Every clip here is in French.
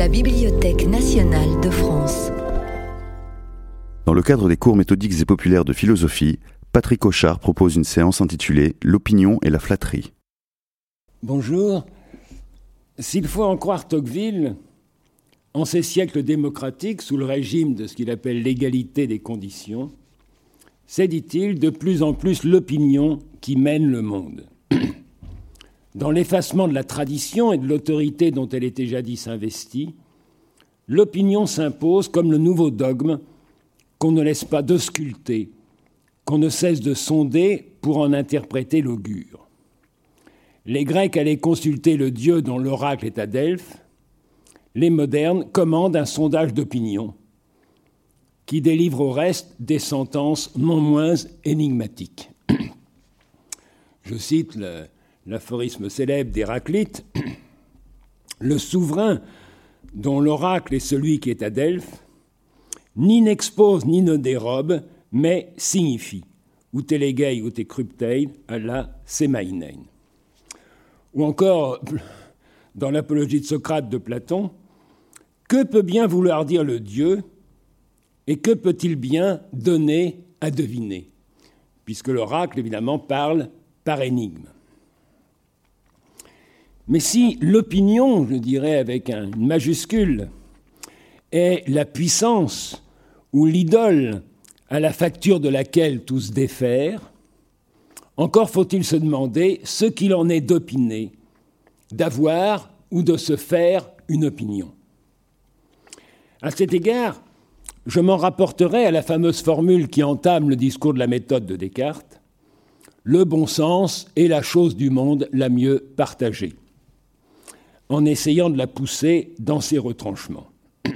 la Bibliothèque nationale de France. Dans le cadre des cours méthodiques et populaires de philosophie, Patrick Auchard propose une séance intitulée « L'opinion et la flatterie ». Bonjour. S'il faut en croire Tocqueville, en ces siècles démocratiques, sous le régime de ce qu'il appelle l'égalité des conditions, c'est, dit-il, de plus en plus l'opinion qui mène le monde. Dans l'effacement de la tradition et de l'autorité dont elle était jadis investie, l'opinion s'impose comme le nouveau dogme qu'on ne laisse pas d'ausculter, qu'on ne cesse de sonder pour en interpréter l'augure. Les Grecs allaient consulter le dieu dont l'oracle est à Delphes. Les modernes commandent un sondage d'opinion qui délivre au reste des sentences non moins énigmatiques. Je cite l'aphorisme célèbre d'Héraclite. Le souverain dont l'oracle est celui qui est à Delphes, ni n'expose ni ne dérobe, mais signifie, ou téléguei ou técruptei, alla semaïnein. Ou encore, dans l'apologie de Socrate de Platon, que peut bien vouloir dire le Dieu et que peut-il bien donner à deviner, puisque l'oracle, évidemment, parle par énigme. Mais si l'opinion, je dirais avec une majuscule, est la puissance ou l'idole à la facture de laquelle tous défèrent, encore faut-il se demander ce qu'il en est d'opiner, d'avoir ou de se faire une opinion. À cet égard, je m'en rapporterai à la fameuse formule qui entame le discours de la méthode de Descartes: le bon sens est la chose du monde la mieux partagée, en essayant de la pousser dans ses retranchements.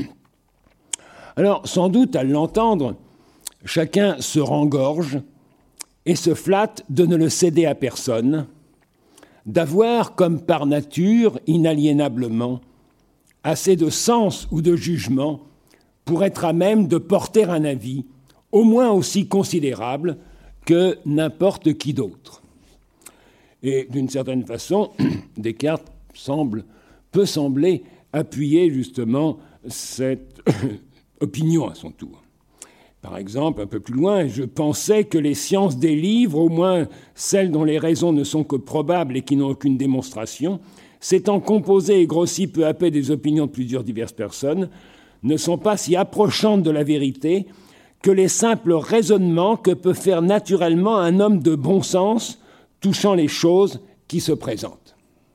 Alors, sans doute, à l'entendre, chacun se rengorge et se flatte de ne le céder à personne, d'avoir, comme par nature, inaliénablement, assez de sens ou de jugement pour être à même de porter un avis, au moins aussi considérable que n'importe qui d'autre. Et d'une certaine façon, Descartes peut sembler appuyer justement cette opinion à son tour. Par exemple, un peu plus loin, je pensais que les sciences des livres, au moins celles dont les raisons ne sont que probables et qui n'ont aucune démonstration, s'étant composées et grossies peu à peu des opinions de plusieurs diverses personnes, ne sont pas si approchantes de la vérité que les simples raisonnements que peut faire naturellement un homme de bon sens touchant les choses qui se présentent.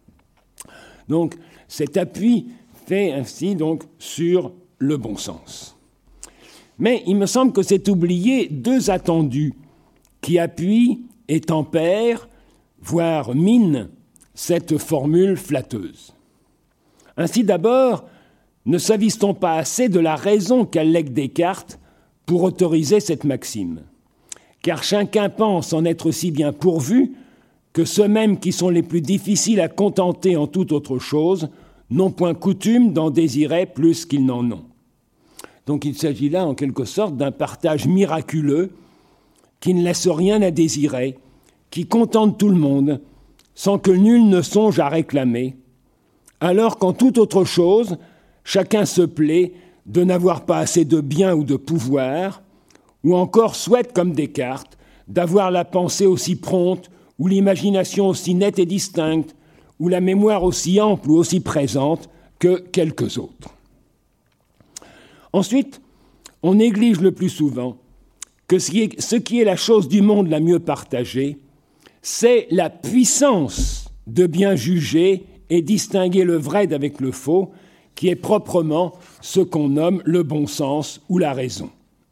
Donc, cet appui fait ainsi donc sur le bon sens. Mais il me semble que c'est oublier deux attendus qui appuient et tempèrent, voire minent, cette formule flatteuse. Ainsi d'abord, ne s'avise-t-on pas assez de la raison qu'allègue Descartes pour autoriser cette maxime ? Car chacun pense en être si bien pourvu que ceux-mêmes qui sont les plus difficiles à contenter en toute autre chose n'ont point coutume d'en désirer plus qu'ils n'en ont. Donc il s'agit là, en quelque sorte, d'un partage miraculeux qui ne laisse rien à désirer, qui contente tout le monde, sans que nul ne songe à réclamer, alors qu'en toute autre chose, chacun se plaît de n'avoir pas assez de bien ou de pouvoir, ou encore souhaite, comme Descartes, d'avoir la pensée aussi prompte, ou l'imagination aussi nette et distincte, ou la mémoire aussi ample ou aussi présente que quelques autres. Ensuite, on néglige le plus souvent que ce qui est la chose du monde la mieux partagée, c'est la puissance de bien juger et distinguer le vrai d'avec le faux, qui est proprement ce qu'on nomme le bon sens ou la raison.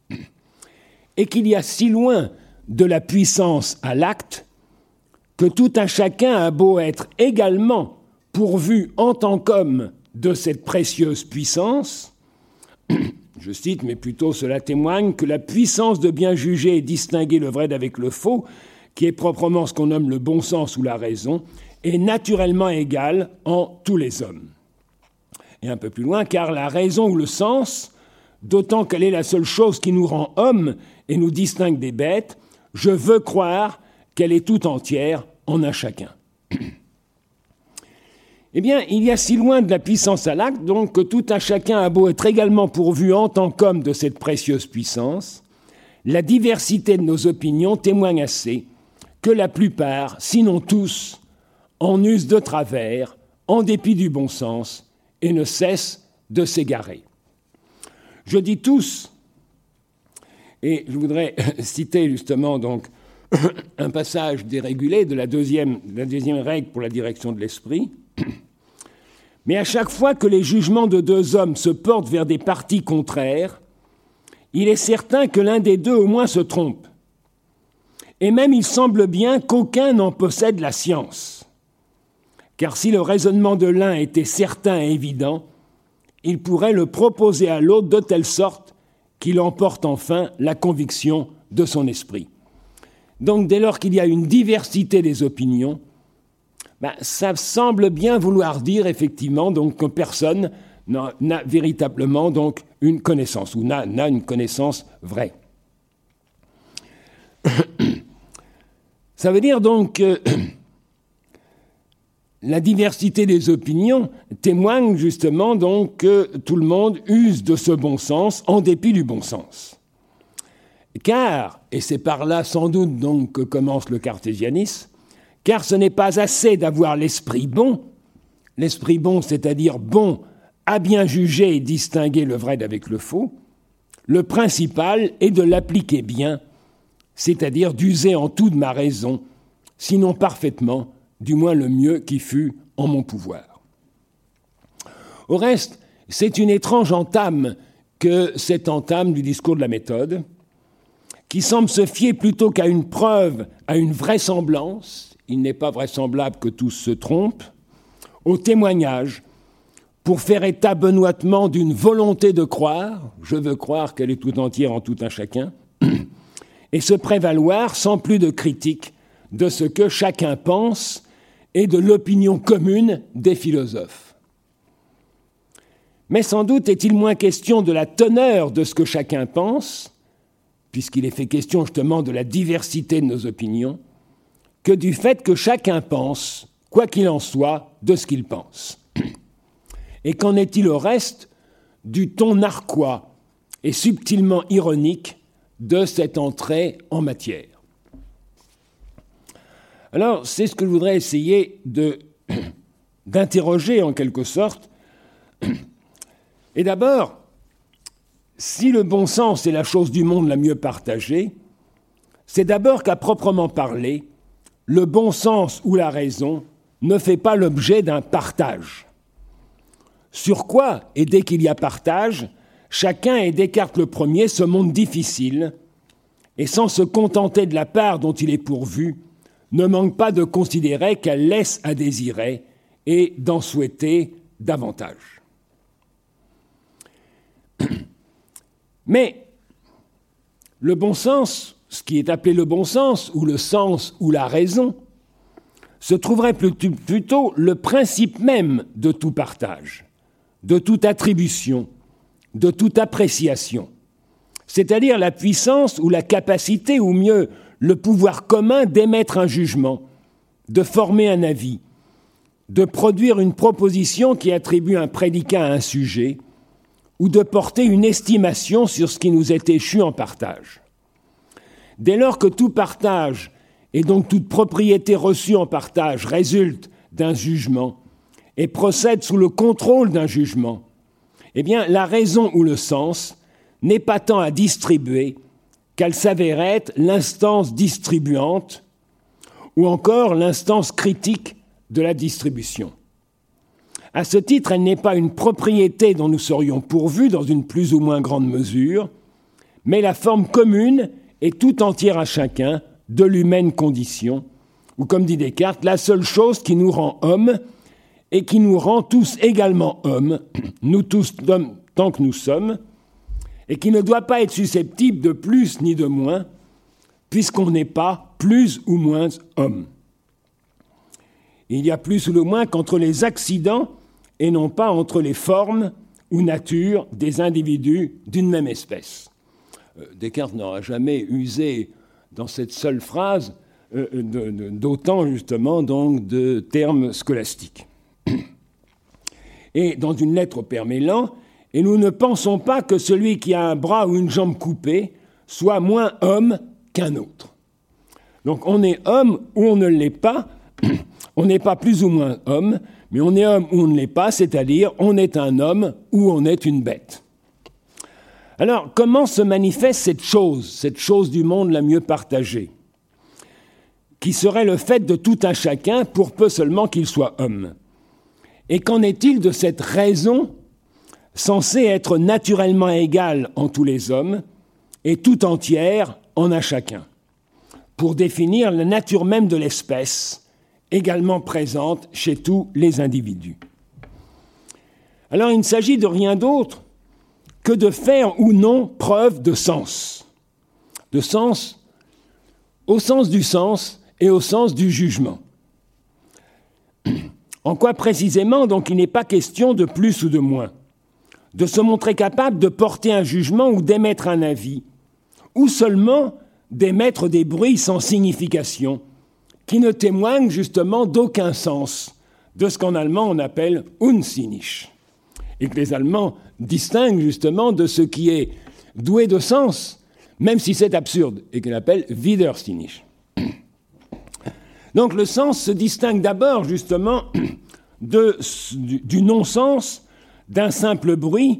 Et qu'il y a si loin de la puissance à l'acte que tout un chacun a beau être également pourvu en tant qu'homme de cette précieuse puissance, je cite, mais plutôt cela témoigne que la puissance de bien juger et distinguer le vrai d'avec le faux, qui est proprement ce qu'on nomme le bon sens ou la raison, est naturellement égale en tous les hommes. Et un peu plus loin, car la raison ou le sens, d'autant qu'elle est la seule chose qui nous rend hommes et nous distingue des bêtes, je veux croire qu'elle est tout entière en un chacun. Eh bien, il y a si loin de la puissance à l'acte, donc, que tout un chacun a beau être également pourvu en tant qu'homme de cette précieuse puissance, la diversité de nos opinions témoigne assez que la plupart, sinon tous, en usent de travers, en dépit du bon sens, et ne cessent de s'égarer. Je dis tous, et je voudrais citer justement donc un passage dérégulé de la deuxième règle pour la direction de l'esprit. Mais à chaque fois que les jugements de deux hommes se portent vers des partis contraires, il est certain que l'un des deux au moins se trompe. Et même il semble bien qu'aucun n'en possède la science. Car si le raisonnement de l'un était certain et évident, il pourrait le proposer à l'autre de telle sorte qu'il emporte enfin la conviction de son esprit. Donc dès lors qu'il y a une diversité des opinions, ça semble bien vouloir dire effectivement donc, que personne n'a véritablement donc, une connaissance, ou n'a une connaissance vraie. Ça veut dire donc que la diversité des opinions témoigne justement donc que tout le monde use de ce bon sens en dépit du bon sens. Car, et c'est par là sans doute donc que commence le cartésianisme, car ce n'est pas assez d'avoir l'esprit bon, c'est-à-dire bon à bien juger et distinguer le vrai d'avec le faux, le principal est de l'appliquer bien, c'est-à-dire d'user en tout de ma raison, sinon parfaitement, du moins le mieux qui fût en mon pouvoir. Au reste, c'est une étrange entame que cette entame du discours de la méthode, qui semble se fier plutôt qu'à une preuve, à une vraisemblance, il n'est pas vraisemblable que tous se trompent, au témoignage, pour faire état benoîtement d'une volonté de croire, je veux croire qu'elle est tout entière en tout un chacun, et se prévaloir sans plus de critique de ce que chacun pense et de l'opinion commune des philosophes. Mais sans doute est-il moins question de la teneur de ce que chacun pense, puisqu'il est fait question justement de la diversité de nos opinions, que du fait que chacun pense, quoi qu'il en soit, de ce qu'il pense. Et qu'en est-il au reste du ton narquois et subtilement ironique de cette entrée en matière? Alors, c'est ce que je voudrais essayer d'interroger en quelque sorte. Et d'abord, si le bon sens est la chose du monde la mieux partagée, c'est d'abord qu'à proprement parler, le bon sens ou la raison ne fait pas l'objet d'un partage. Sur quoi, et dès qu'il y a partage, chacun, et Descartes le premier, se montre difficile, et sans se contenter de la part dont il est pourvu, ne manque pas de considérer qu'elle laisse à désirer et d'en souhaiter davantage. Mais le bon sens, ce qui est appelé le bon sens, ou le sens ou la raison, se trouverait plutôt le principe même de tout partage, de toute attribution, de toute appréciation, c'est-à-dire la puissance ou la capacité, ou mieux, le pouvoir commun d'émettre un jugement, de former un avis, de produire une proposition qui attribue un prédicat à un sujet, ou de porter une estimation sur ce qui nous est échu en partage. Dès lors que tout partage, et donc toute propriété reçue en partage, résulte d'un jugement et procède sous le contrôle d'un jugement, eh bien, la raison ou le sens n'est pas tant à distribuer qu'elle s'avère être l'instance distribuante ou encore l'instance critique de la distribution. À ce titre, elle n'est pas une propriété dont nous serions pourvus dans une plus ou moins grande mesure, mais la forme commune et tout entière à chacun de l'humaine condition, ou comme dit Descartes, la seule chose qui nous rend hommes et qui nous rend tous également hommes, nous tous hommes tant que nous sommes, et qui ne doit pas être susceptible de plus ni de moins, puisqu'on n'est pas plus ou moins homme. Il y a plus ou le moins qu'entre les accidents et non pas entre les formes ou natures des individus d'une même espèce. Descartes n'aura jamais usé dans cette seule phrase d'autant justement donc de termes scolastiques. et dans une lettre au Père Mélan, et nous ne pensons pas que celui qui a un bras ou une jambe coupée soit moins homme qu'un autre. Donc on est homme ou on ne l'est pas, on n'est pas plus ou moins homme, mais on est homme ou on ne l'est pas, c'est-à-dire on est un homme ou on est une bête. Alors, comment se manifeste cette chose du monde la mieux partagée, qui serait le fait de tout un chacun pour peu seulement qu'il soit homme? Et qu'en est-il de cette raison censée être naturellement égale en tous les hommes et tout entière en un chacun, pour définir la nature même de l'espèce, également présente chez tous les individus? Alors, il ne s'agit de rien d'autre que de faire ou non preuve de sens au sens du sens et au sens du jugement. En quoi précisément, donc, il n'est pas question de plus ou de moins, de se montrer capable de porter un jugement ou d'émettre un avis, ou seulement d'émettre des bruits sans signification, qui ne témoignent justement d'aucun sens, de ce qu'en allemand on appelle unsinnig, et que les Allemands distinguent justement de ce qui est doué de sens, même si c'est absurde, et qu'on appelle widersinnig. Donc le sens se distingue d'abord justement du non-sens, d'un simple bruit,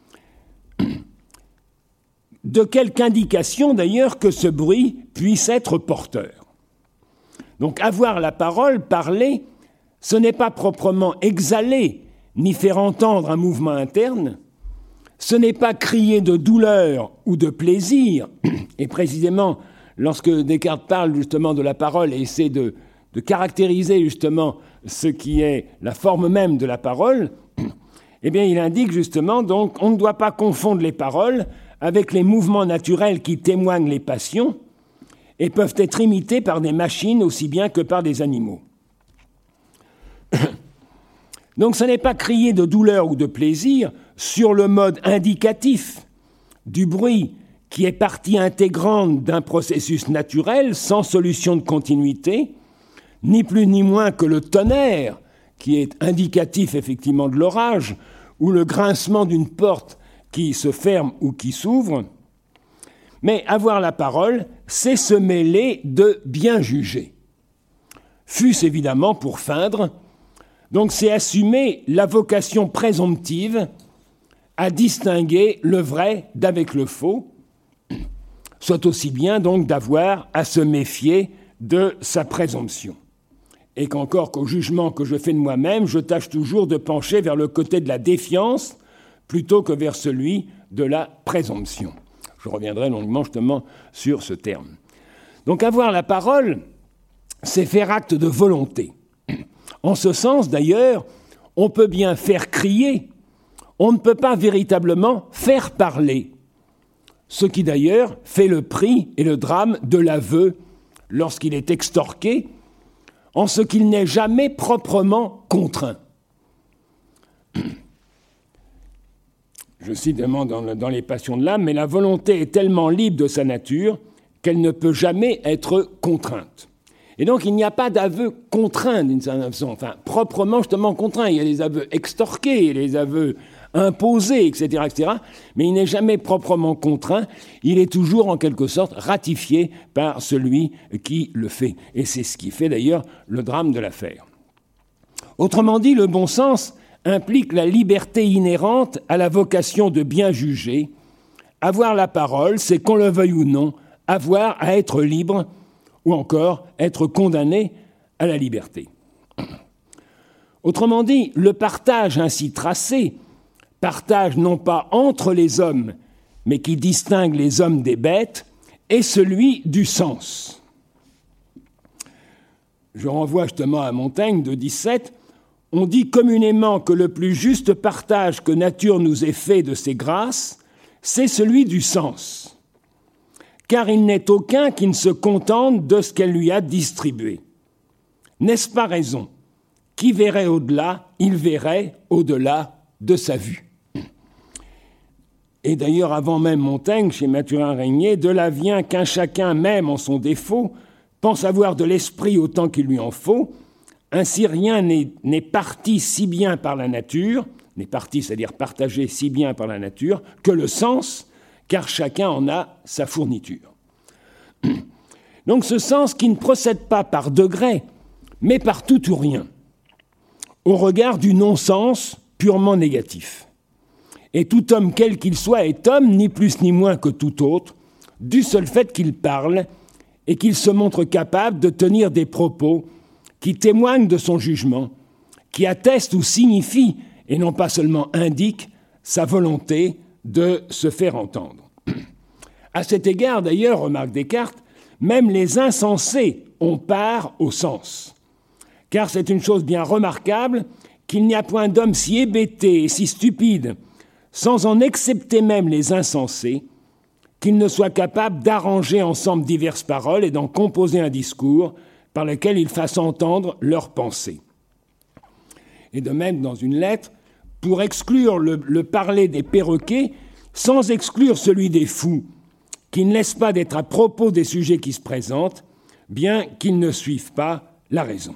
de quelque indication d'ailleurs que ce bruit puisse être porteur. Donc avoir la parole, parler, ce n'est pas proprement exhaler, ni faire entendre un mouvement interne, ce n'est pas crier de douleur ou de plaisir, et précisément lorsque Descartes parle justement de la parole et essaie de caractériser justement ce qui est la forme même de la parole, eh bien il indique justement donc on ne doit pas confondre les paroles avec les mouvements naturels qui témoignent les passions et peuvent être imités par des machines aussi bien que par des animaux. Donc ce n'est pas crier de douleur ou de plaisir sur le mode indicatif du bruit qui est partie intégrante d'un processus naturel sans solution de continuité, ni plus ni moins que le tonnerre, qui est indicatif effectivement de l'orage, ou le grincement d'une porte qui se ferme ou qui s'ouvre. Mais avoir la parole, c'est se mêler de bien juger. Fût-ce évidemment pour feindre, donc c'est assumer la vocation présomptive à distinguer le vrai d'avec le faux, soit aussi bien donc d'avoir à se méfier de sa présomption. Et qu'encore qu'au jugement que je fais de moi-même, je tâche toujours de pencher vers le côté de la défiance plutôt que vers celui de la présomption. Je reviendrai longuement justement sur ce terme. Donc avoir la parole, c'est faire acte de volonté. En ce sens, d'ailleurs, on peut bien faire crier, on ne peut pas véritablement faire parler. Ce qui, d'ailleurs, fait le prix et le drame de l'aveu lorsqu'il est extorqué, en ce qu'il n'est jamais proprement contraint. Je cite vraiment dans les passions de l'âme, mais la volonté est tellement libre de sa nature qu'elle ne peut jamais être contrainte. Et donc, il n'y a pas d'aveu contraint, d'une certaine façon, enfin, proprement, justement, contraint. Il y a des aveux extorqués, les aveux imposés, etc., etc., mais il n'est jamais proprement contraint. Il est toujours, en quelque sorte, ratifié par celui qui le fait. Et c'est ce qui fait, d'ailleurs, le drame de l'affaire. Autrement dit, le bon sens implique la liberté inhérente à la vocation de bien juger. Avoir la parole, c'est, qu'on le veuille ou non, avoir à être libre, ou encore être condamné à la liberté. Autrement dit, le partage ainsi tracé, partage non pas entre les hommes, mais qui distingue les hommes des bêtes, est celui du sens. Je renvoie justement à Montaigne de 17, on dit communément que le plus juste partage que nature nous ait fait de ses grâces, c'est celui du sens. Car il n'est aucun qui ne se contente de ce qu'elle lui a distribué. N'est-ce pas raison? Qui verrait au-delà, il verrait au-delà de sa vue. Et d'ailleurs, avant même Montaigne, chez Mathurin-Régnier, de là vient qu'un chacun, même en son défaut, pense avoir de l'esprit autant qu'il lui en faut. Ainsi, rien n'est parti si bien par la nature, n'est parti, c'est-à-dire partagé si bien par la nature, que le sens, car chacun en a sa fourniture. Donc ce sens qui ne procède pas par degrés, mais par tout ou rien, au regard du non-sens purement négatif. Et tout homme, quel qu'il soit, est homme, ni plus ni moins que tout autre, du seul fait qu'il parle et qu'il se montre capable de tenir des propos qui témoignent de son jugement, qui attestent ou signifient, et non pas seulement indiquent, sa volonté de se faire entendre. À cet égard, d'ailleurs, remarque Descartes, même les insensés ont part au sens. Car c'est une chose bien remarquable qu'il n'y a point d'homme si hébété et si stupide, sans en excepter même les insensés, qu'ils ne soient capables d'arranger ensemble diverses paroles et d'en composer un discours par lequel ils fassent entendre leurs pensées. Et de même, dans une lettre, pour exclure le parler des perroquets, sans exclure celui des fous, qui ne laissent pas d'être à propos des sujets qui se présentent, bien qu'ils ne suivent pas la raison.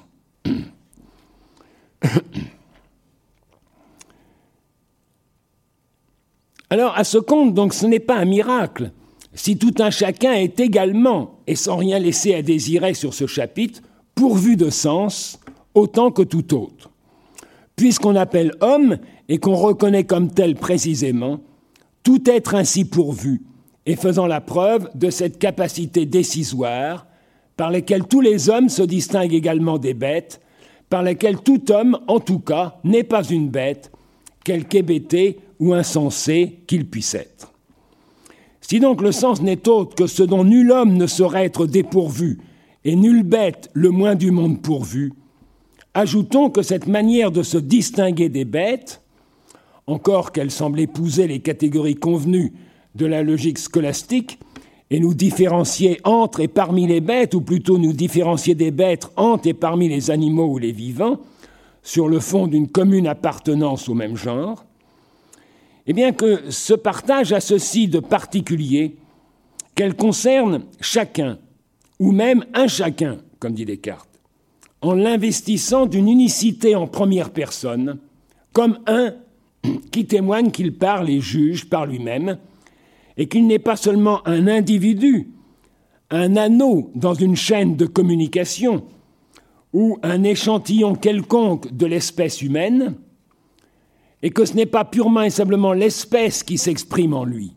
Alors, à ce compte, donc, ce n'est pas un miracle si tout un chacun est également, et sans rien laisser à désirer sur ce chapitre, pourvu de sens, autant que tout autre. Puisqu'on appelle homme, et qu'on reconnaît comme tel précisément, tout être ainsi pourvu, et faisant la preuve de cette capacité décisoire, par laquelle tous les hommes se distinguent également des bêtes, par laquelle tout homme, en tout cas, n'est pas une bête, quelque hébété ou insensé qu'il puisse être. Si donc le sens n'est autre que ce dont nul homme ne saurait être dépourvu, et nulle bête le moins du monde pourvu, ajoutons que cette manière de se distinguer des bêtes, encore qu'elle semble épouser les catégories convenues de la logique scolastique, et nous différencier entre et parmi les bêtes, ou plutôt nous différencier des bêtes entre et parmi les animaux ou les vivants, sur le fond d'une commune appartenance au même genre, eh bien que ce partage a ceci de particulier qu'elle concerne chacun, ou même un chacun, comme dit Descartes, en l'investissant d'une unicité en première personne, comme un qui témoigne qu'il parle et juge par lui-même, et qu'il n'est pas seulement un individu, un anneau dans une chaîne de communication, ou un échantillon quelconque de l'espèce humaine, et que ce n'est pas purement et simplement l'espèce qui s'exprime en lui.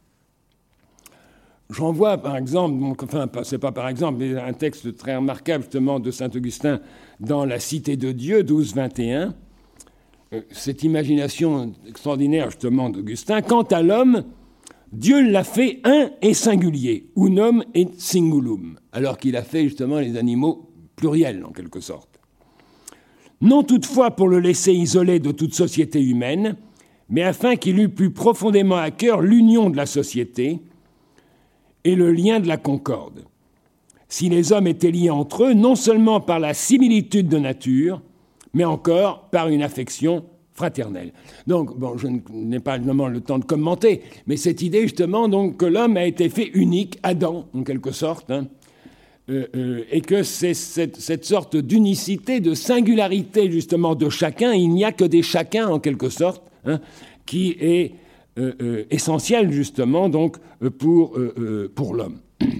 J'en vois par exemple, c'est pas par exemple, mais un texte très remarquable justement de Saint-Augustin dans La Cité de Dieu, 12-21, cette imagination extraordinaire justement d'Augustin. Quant à l'homme, Dieu l'a fait un et singulier, unum et singulum, alors qu'il a fait justement les animaux pluriels en quelque sorte. Non toutefois pour le laisser isolé de toute société humaine, mais afin qu'il eût plus profondément à cœur l'union de la société et le lien de la concorde. Si les hommes étaient liés entre eux, non seulement par la similitude de nature, mais encore par une affection fraternelle. Donc, bon, je n'ai pas évidemment le temps de commenter, mais cette idée justement donc, que l'homme a été fait unique, Adam en quelque sorte, et que c'est cette sorte d'unicité, de singularité justement de chacun, il n'y a que des chacun en quelque sorte, qui est essentiel justement donc pour l'homme.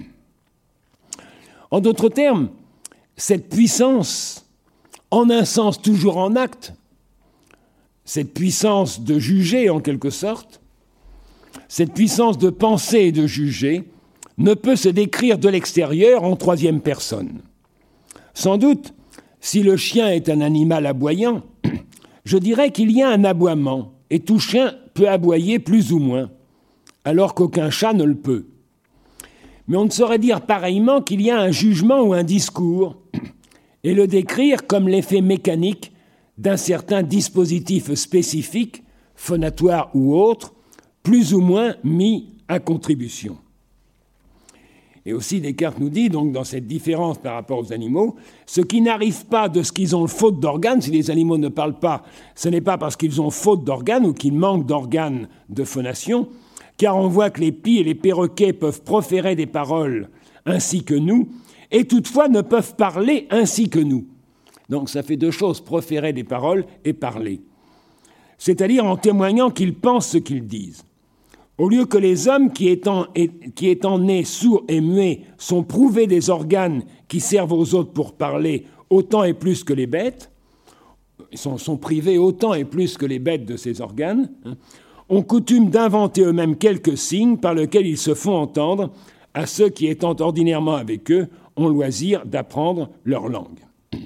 En d'autres termes, cette puissance, en un sens toujours en acte, cette puissance de juger en quelque sorte, cette puissance de penser et de juger, ne peut se décrire de l'extérieur en troisième personne. Sans doute, si le chien est un animal aboyant, je dirais qu'il y a un aboiement, et tout chien peut aboyer plus ou moins, alors qu'aucun chat ne le peut. Mais on ne saurait dire pareillement qu'il y a un jugement ou un discours, et le décrire comme l'effet mécanique d'un certain dispositif spécifique, phonatoire ou autre, plus ou moins mis à contribution. Et aussi, Descartes nous dit, donc, dans cette différence par rapport aux animaux, ce qui n'arrive pas de ce qu'ils ont faute d'organes, si les animaux ne parlent pas, ce n'est pas parce qu'ils ont faute d'organes ou qu'ils manquent d'organes de phonation, car on voit que les pies et les perroquets peuvent proférer des paroles ainsi que nous, et toutefois ne peuvent parler ainsi que nous. Donc ça fait deux choses, proférer des paroles et parler. c'est-à-dire en témoignant qu'ils pensent ce qu'ils disent. Au lieu que les hommes qui étant nés sourds et muets sont privés des organes qui servent aux autres pour parler autant et plus que les bêtes, sont privés autant et plus que les bêtes de ces organes, ont coutume d'inventer eux-mêmes quelques signes par lesquels ils se font entendre à ceux qui, étant ordinairement avec eux, ont loisir d'apprendre leur langue.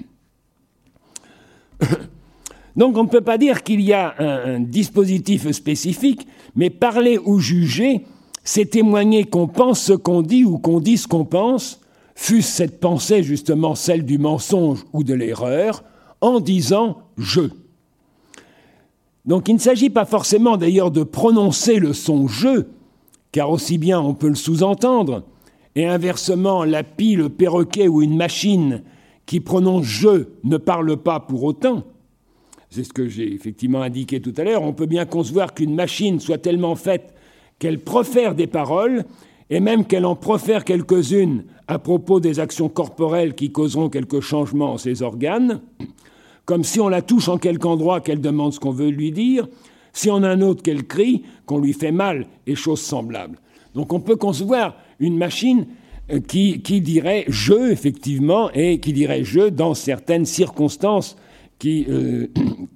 Donc on ne peut pas dire qu'il y a un dispositif spécifique, mais parler ou juger, c'est témoigner qu'on pense ce qu'on dit ou qu'on dit ce qu'on pense, fût-ce cette pensée justement celle du mensonge ou de l'erreur, en disant « je ». Donc il ne s'agit pas forcément d'ailleurs de prononcer le son « je », car aussi bien on peut le sous-entendre, et inversement la pie, le perroquet ou une machine qui prononce « je » ne parle pas pour autant. C'est ce que j'ai effectivement indiqué tout à l'heure. On peut bien concevoir qu'une machine soit tellement faite qu'elle profère des paroles, et même qu'elle en profère quelques-unes à propos des actions corporelles qui causeront quelques changements en ses organes, comme si on la touche en quelque endroit qu'elle demande ce qu'on veut lui dire, si on a un autre qu'elle crie, qu'on lui fait mal, et choses semblables. Donc on peut concevoir une machine qui dirait « je », effectivement, et qui dirait « je » dans certaines circonstances qu'il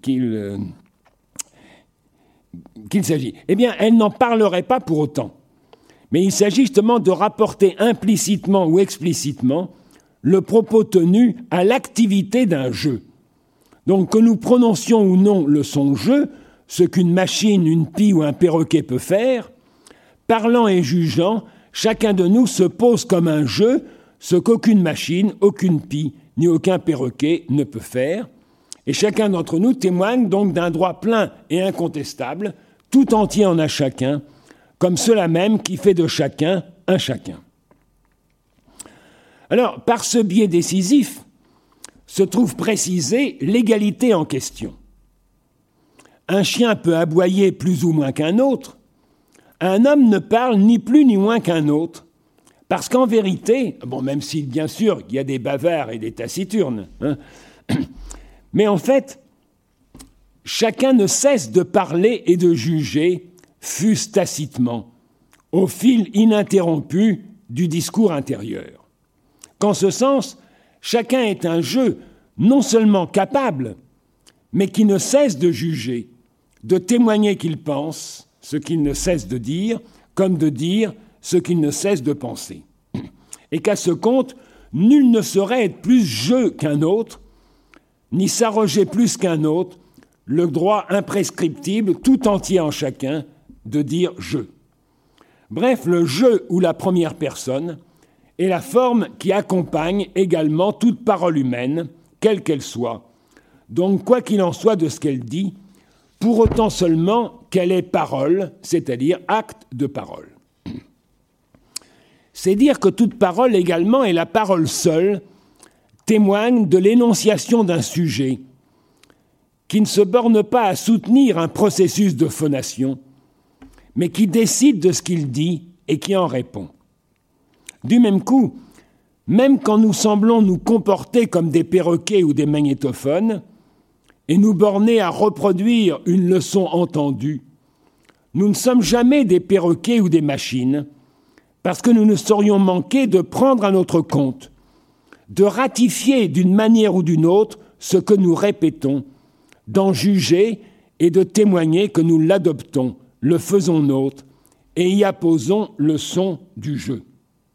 s'agit. Eh bien, elle n'en parlerait pas pour autant. Mais il s'agit justement de rapporter implicitement ou explicitement le propos tenu à l'activité d'un jeu. Donc, que nous prononcions ou non le son « jeu », ce qu'une machine, une pie ou un perroquet peut faire, parlant et jugeant, chacun de nous se pose comme un jeu ce qu'aucune machine, aucune pie, ni aucun perroquet ne peut faire. Et chacun d'entre nous témoigne donc d'un droit plein et incontestable, tout entier en un chacun, comme cela même qui fait de chacun un chacun. Alors, par ce biais décisif, se trouve précisée l'égalité en question. Un chien peut aboyer plus ou moins qu'un autre, un homme ne parle ni plus ni moins qu'un autre, parce qu'en vérité, bon, même si bien sûr il y a des bavards et des taciturnes, mais en fait, chacun ne cesse de parler et de juger, fût-ce tacitement, au fil ininterrompu du discours intérieur. Qu'en ce sens, chacun est un jeu non seulement capable, mais qui ne cesse de juger, de témoigner qu'il pense ce qu'il ne cesse de dire, comme de dire ce qu'il ne cesse de penser. Et qu'à ce compte, nul ne saurait être plus jeu qu'un autre, ni s'arroger plus qu'un autre le droit imprescriptible, tout entier en chacun, de dire « je ». Bref, le « je » ou la première personne est la forme qui accompagne également toute parole humaine, quelle qu'elle soit, donc quoi qu'il en soit de ce qu'elle dit, pour autant seulement qu'elle est parole, c'est-à-dire acte de parole. C'est dire que toute parole également est la parole seule, témoigne de l'énonciation d'un sujet qui ne se borne pas à soutenir un processus de phonation, mais qui décide de ce qu'il dit et qui en répond. Du même coup, même quand nous semblons nous comporter comme des perroquets ou des magnétophones et nous borner à reproduire une leçon entendue, nous ne sommes jamais des perroquets ou des machines, parce que nous ne saurions manquer de prendre à notre compte, de ratifier d'une manière ou d'une autre ce que nous répétons, d'en juger et de témoigner que nous l'adoptons, le faisons nôtre et y apposons le son du jeu.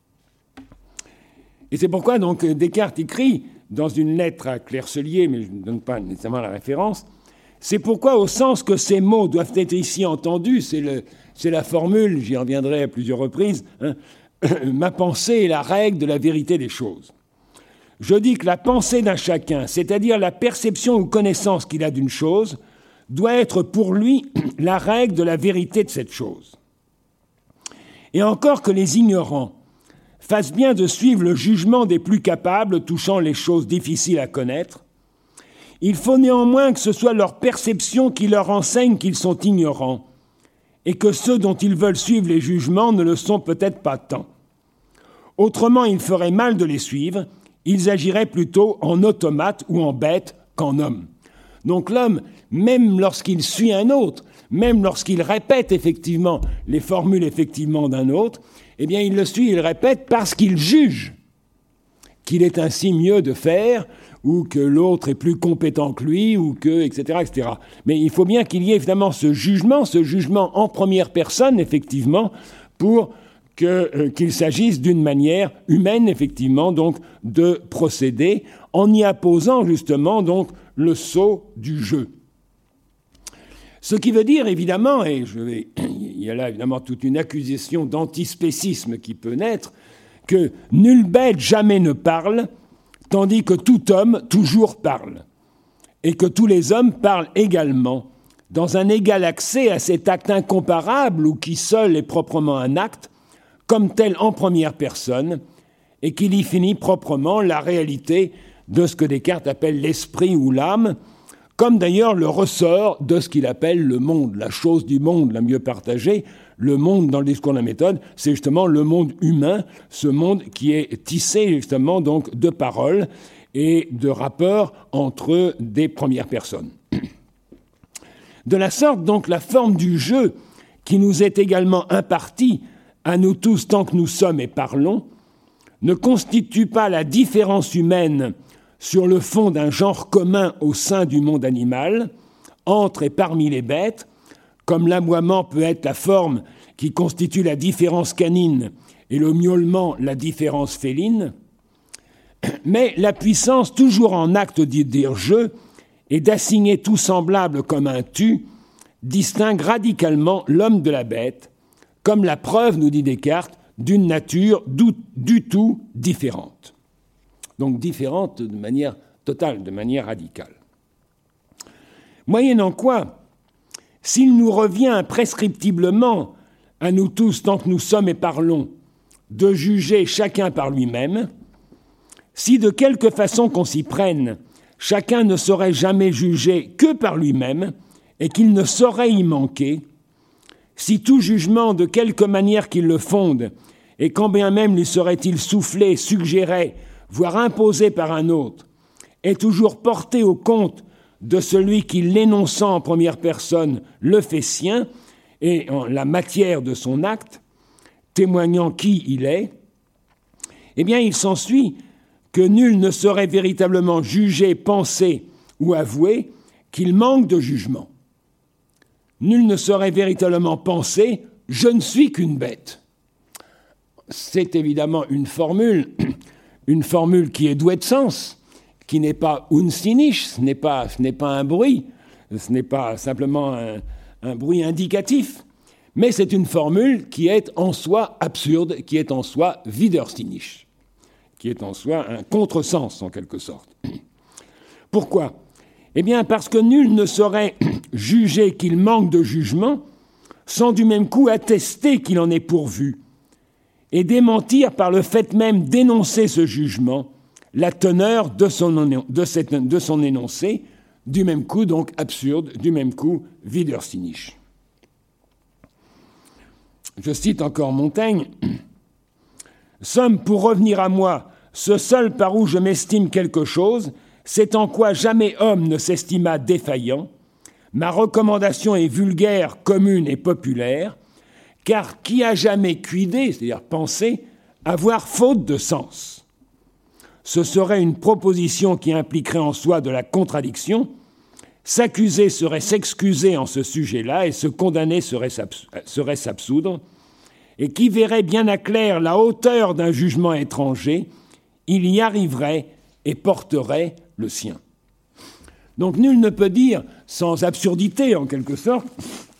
Et c'est pourquoi donc Descartes écrit dans une lettre à Clercelier, mais je ne donne pas nécessairement la référence, c'est pourquoi au sens que ces mots doivent être ici entendus, c'est la formule, j'y reviendrai à plusieurs reprises, ma pensée est la règle de la vérité des choses. Je dis que la pensée d'un chacun, c'est-à-dire la perception ou connaissance qu'il a d'une chose, doit être pour lui la règle de la vérité de cette chose. Et encore que les ignorants fassent bien de suivre le jugement des plus capables touchant les choses difficiles à connaître, il faut néanmoins que ce soit leur perception qui leur enseigne qu'ils sont ignorants, et que ceux dont ils veulent suivre les jugements ne le sont peut-être pas tant. Autrement, il ferait mal de les suivre, ils agiraient plutôt en automates ou en bêtes qu'en hommes. Donc l'homme, même lorsqu'il suit un autre, même lorsqu'il répète effectivement les formules effectivement d'un autre, eh bien il le suit, il le répète parce qu'il juge qu'il est ainsi mieux de faire, ou que l'autre est plus compétent que lui, ou que, etc., etc. Mais il faut bien qu'il y ait évidemment ce jugement en première personne, effectivement, pour qu'il s'agisse d'une manière humaine, effectivement, donc, de procéder, en y apposant, justement, donc, le sceau du jeu. Ce qui veut dire, évidemment, il y a là, évidemment, toute une accusation d'antispécisme qui peut naître, que nulle bête jamais ne parle, tandis que tout homme toujours parle, et que tous les hommes parlent également, dans un égal accès à cet acte incomparable ou qui seul est proprement un acte, comme tel en première personne, et qu'il y finit proprement la réalité de ce que Descartes appelle l'esprit ou l'âme, comme d'ailleurs le ressort de ce qu'il appelle le monde, la chose du monde la mieux partagée. Le monde dans le discours de la méthode, c'est justement le monde humain, ce monde qui est tissé justement donc de paroles et de rapports entre des premières personnes. De la sorte, donc, la forme du jeu qui nous est également impartie à nous tous tant que nous sommes et parlons, ne constitue pas la différence humaine sur le fond d'un genre commun au sein du monde animal, entre et parmi les bêtes, comme l'aboiement peut être la forme qui constitue la différence canine et le miaulement la différence féline, mais la puissance toujours en acte de dire jeu et d'assigner tout semblable comme un tu distingue radicalement l'homme de la bête, comme la preuve, nous dit Descartes, d'une nature du tout différente. Donc différente de manière totale, de manière radicale. Moyennant quoi, s'il nous revient imprescriptiblement à nous tous, tant que nous sommes et parlons, de juger chacun par lui-même, si de quelque façon qu'on s'y prenne, chacun ne saurait jamais juger que par lui-même et qu'il ne saurait y manquer, si tout jugement, de quelque manière qu'il le fonde, et quand bien même lui serait-il soufflé, suggéré, voire imposé par un autre, est toujours porté au compte de celui qui, l'énonçant en première personne, le fait sien, et en la matière de son acte, témoignant qui il est, eh bien il s'ensuit que nul ne saurait véritablement juger, penser ou avouer qu'il manque de jugement. Nul ne saurait véritablement penser « je ne suis qu'une bête ». C'est évidemment une formule qui est douée de sens, qui n'est pas unsinnisch, ce n'est pas un bruit, ce n'est pas simplement un bruit indicatif, mais c'est une formule qui est en soi absurde, qui est en soi widersinnisch, qui est en soi un contresens en quelque sorte. Pourquoi ? Eh bien parce que nul ne saurait juger qu'il manque de jugement sans du même coup attester qu'il en est pourvu et démentir par le fait même d'énoncer ce jugement la teneur de son énoncé, du même coup donc absurde, du même coup widersinnisch. Je cite encore Montaigne. « Somme, pour revenir à moi, ce seul par où je m'estime quelque chose, c'est en quoi jamais homme ne s'estima défaillant. Ma recommandation est vulgaire, commune et populaire, car qui a jamais cuidé, c'est-à-dire pensé, avoir faute de sens ? Ce serait une proposition qui impliquerait en soi de la contradiction. S'accuser serait s'excuser en ce sujet-là et se condamner serait s'absoudre. Et qui verrait bien à clair la hauteur d'un jugement étranger, il y arriverait et porterait le sien. » Donc nul ne peut dire, sans absurdité en quelque sorte,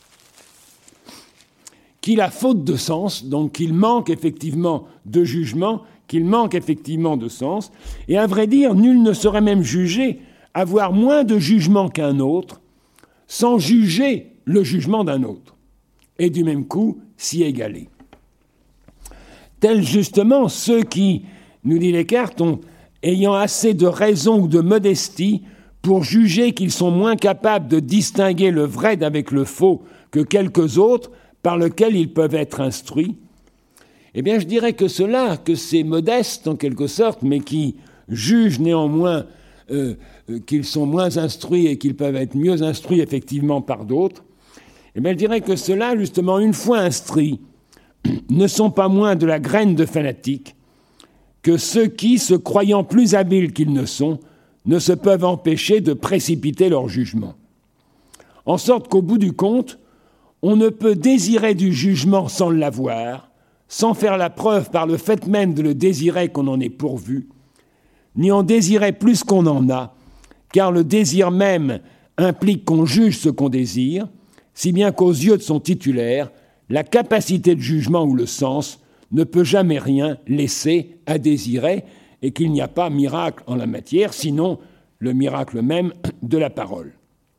qu'il a faute de sens, donc qu'il manque effectivement de jugement, qu'il manque effectivement de sens, et à vrai dire, nul ne saurait même juger avoir moins de jugement qu'un autre, sans juger le jugement d'un autre, et du même coup s'y égaler. Tels justement ceux qui, nous dit Descartes, ayant assez de raison ou de modestie pour juger qu'ils sont moins capables de distinguer le vrai d'avec le faux que quelques autres par lesquels ils peuvent être instruits, eh bien je dirais que ceux-là, que c'est modeste en quelque sorte, mais qui jugent néanmoins qu'ils sont moins instruits et qu'ils peuvent être mieux instruits effectivement par d'autres, eh bien, je dirais que ceux-là, justement, une fois instruits, ne sont pas moins de la graine de fanatiques que ceux qui, se croyant plus habiles qu'ils ne sont, ne se peuvent empêcher de précipiter leur jugement. En sorte qu'au bout du compte, on ne peut désirer du jugement sans l'avoir, sans faire la preuve par le fait même de le désirer qu'on en est pourvu, ni en désirer plus qu'on en a, car le désir même implique qu'on juge ce qu'on désire, si bien qu'aux yeux de son titulaire, la capacité de jugement ou le sens ne peut jamais rien laisser à désirer, et qu'il n'y a pas miracle en la matière, sinon le miracle même de la parole.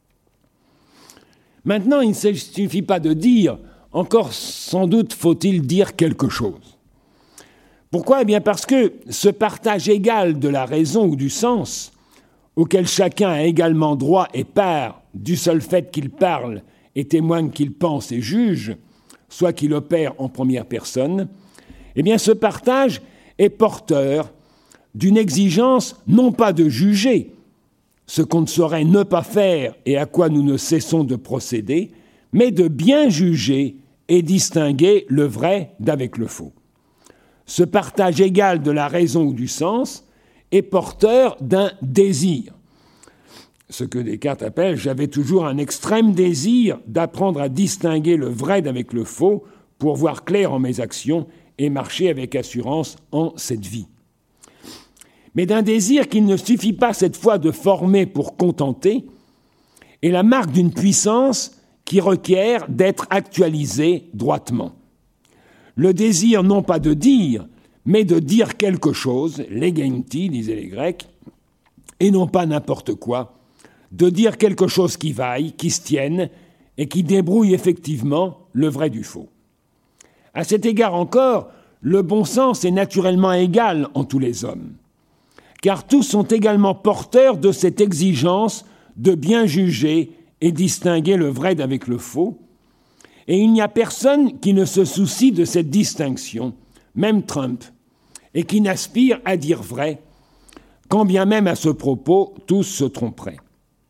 Maintenant, il ne suffit pas de dire, encore sans doute faut-il dire quelque chose. Pourquoi ? Eh bien parce que ce partage égal de la raison ou du sens, auquel chacun a également droit et part du seul fait qu'il parle et témoigne qu'il pense et juge, soit qu'il opère en première personne, eh bien ce partage est porteur d'une exigence non pas de juger, ce qu'on ne saurait ne pas faire et à quoi nous ne cessons de procéder, mais de bien juger et distinguer le vrai d'avec le faux. Ce partage égal de la raison ou du sens est porteur d'un désir. Ce que Descartes appelle « j'avais toujours un extrême désir d'apprendre à distinguer le vrai d'avec le faux pour voir clair en mes actions et marcher avec assurance en cette vie ». Mais d'un désir qu'il ne suffit pas cette fois de former pour contenter, est la marque d'une puissance qui requiert d'être actualisée droitement. Le désir non pas de dire, mais de dire quelque chose, legenti, disaient les Grecs, et non pas n'importe quoi, de dire quelque chose qui vaille, qui se tienne, et qui débrouille effectivement le vrai du faux. À cet égard encore, le bon sens est naturellement égal en tous les hommes, car tous sont également porteurs de cette exigence de bien juger et distinguer le vrai d'avec le faux, et il n'y a personne qui ne se soucie de cette distinction, même Trump, et qui n'aspire à dire vrai, quand bien même à ce propos tous se tromperaient.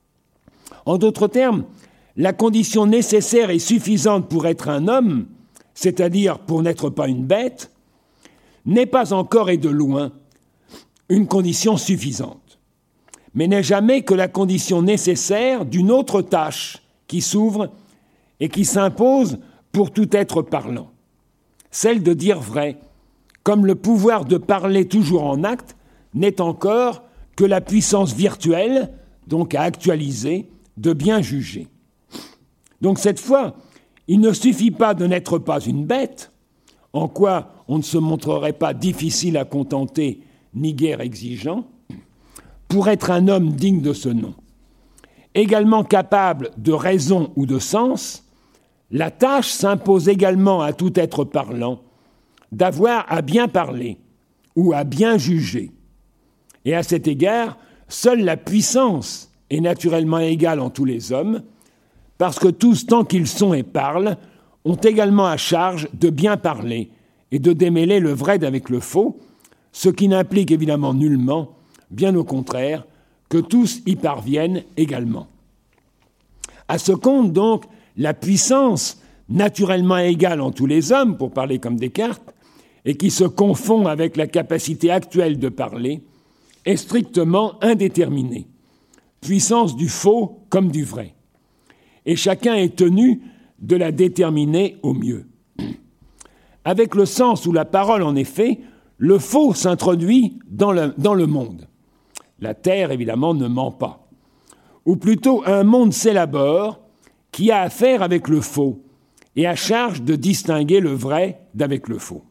En d'autres termes, la condition nécessaire et suffisante pour être un homme, c'est-à-dire pour n'être pas une bête, n'est pas encore et de loin une condition suffisante, mais n'est jamais que la condition nécessaire d'une autre tâche qui s'ouvre et qui s'impose pour tout être parlant, celle de dire vrai, comme le pouvoir de parler toujours en acte n'est encore que la puissance virtuelle, donc à actualiser, de bien juger. Donc cette fois, il ne suffit pas de n'être pas une bête, en quoi on ne se montrerait pas difficile à contenter ni guère exigeant, pour être un homme digne de ce nom. Également capable de raison ou de sens, la tâche s'impose également à tout être parlant d'avoir à bien parler ou à bien juger. Et à cet égard, seule la puissance est naturellement égale en tous les hommes, parce que tous, tant qu'ils sont et parlent, ont également à charge de bien parler et de démêler le vrai d'avec le faux, ce qui n'implique évidemment nullement, bien au contraire, que tous y parviennent également. À ce compte, donc, la puissance, naturellement égale en tous les hommes, pour parler comme Descartes, et qui se confond avec la capacité actuelle de parler, est strictement indéterminée, puissance du faux comme du vrai. Et chacun est tenu de la déterminer au mieux. Avec le sens ou la parole, en effet, le faux s'introduit dans le monde. La terre, évidemment, ne ment pas. Ou plutôt, un monde s'élabore qui a affaire avec le faux et à charge de distinguer le vrai d'avec le faux.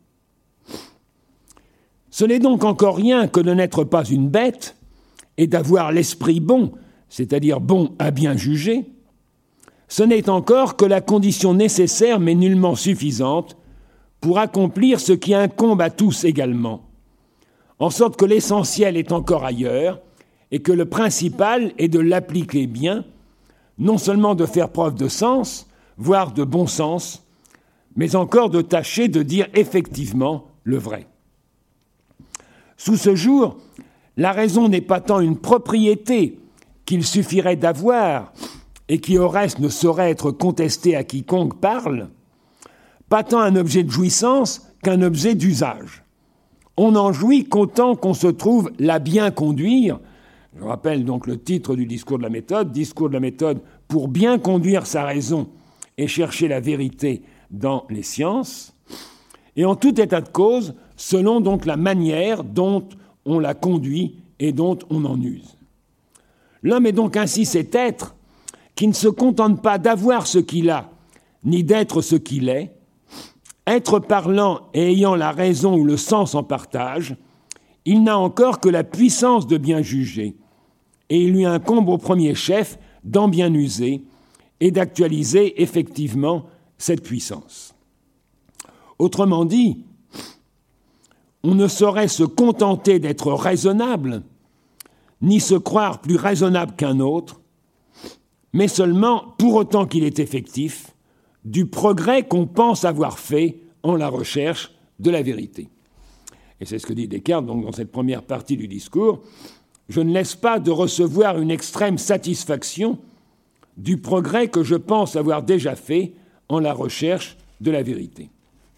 Ce n'est donc encore rien que de n'être pas une bête et d'avoir l'esprit bon, c'est-à-dire bon à bien juger. Ce n'est encore que la condition nécessaire mais nullement suffisante pour accomplir ce qui incombe à tous également, en sorte que l'essentiel est encore ailleurs et que le principal est de l'appliquer bien, non seulement de faire preuve de sens, voire de bon sens, mais encore de tâcher de dire effectivement le vrai. Sous ce jour, la raison n'est pas tant une propriété qu'il suffirait d'avoir et qui au reste ne saurait être contestée à quiconque parle, pas tant un objet de jouissance qu'un objet d'usage. On n'en jouit qu'autant qu'on se trouve la bien conduire. Je rappelle donc le titre du discours de la méthode pour bien conduire sa raison et chercher la vérité dans les sciences, et en tout état de cause, selon donc la manière dont on la conduit et dont on en use. L'homme est donc ainsi cet être qui ne se contente pas d'avoir ce qu'il a, ni d'être ce qu'il est. Être parlant et ayant la raison ou le sens en partage, il n'a encore que la puissance de bien juger, et il lui incombe au premier chef d'en bien user et d'actualiser effectivement cette puissance. Autrement dit, on ne saurait se contenter d'être raisonnable, ni se croire plus raisonnable qu'un autre, mais seulement, pour autant qu'il est effectif, du progrès qu'on pense avoir fait en la recherche de la vérité. Et c'est ce que dit Descartes donc, dans cette première partie du discours. Je ne laisse pas de recevoir une extrême satisfaction du progrès que je pense avoir déjà fait en la recherche de la vérité.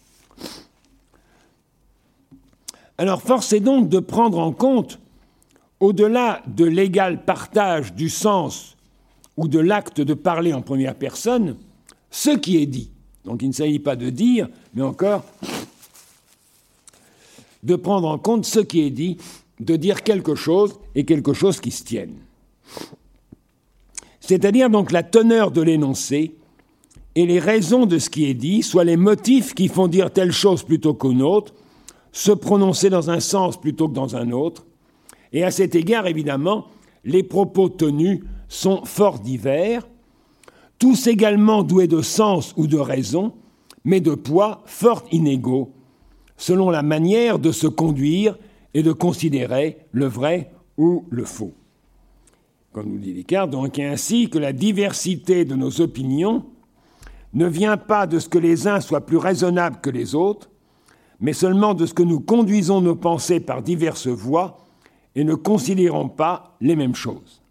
Alors, force est donc de prendre en compte, au-delà de l'égal partage du sens ou de l'acte de parler en première personne, ce qui est dit. Donc il ne s'agit pas de dire, mais encore de prendre en compte ce qui est dit, de dire quelque chose et quelque chose qui se tienne. C'est-à-dire donc la teneur de l'énoncé et les raisons de ce qui est dit, soit les motifs qui font dire telle chose plutôt qu'une autre, se prononcer dans un sens plutôt que dans un autre. Et à cet égard, évidemment, les propos tenus sont fort divers, tous également doués de sens ou de raison, mais de poids fort inégaux, selon la manière de se conduire et de considérer le vrai ou le faux. Comme nous dit Descartes, donc ainsi que la diversité de nos opinions ne vient pas de ce que les uns soient plus raisonnables que les autres, mais seulement de ce que nous conduisons nos pensées par diverses voies et ne considérons pas les mêmes choses.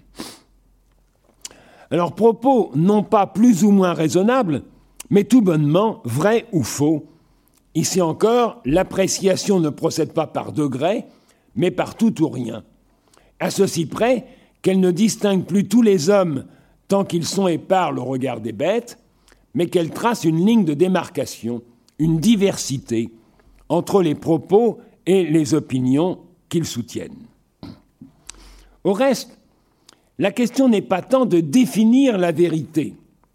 Alors, propos non pas plus ou moins raisonnables, mais tout bonnement vrais ou faux. Ici encore, l'appréciation ne procède pas par degrés, mais par tout ou rien. À ceci près qu'elle ne distingue plus tous les hommes tant qu'ils sont et parlent au regard des bêtes, mais qu'elle trace une ligne de démarcation, une diversité entre les propos et les opinions qu'ils soutiennent. Au reste, la question n'est pas tant de définir la vérité.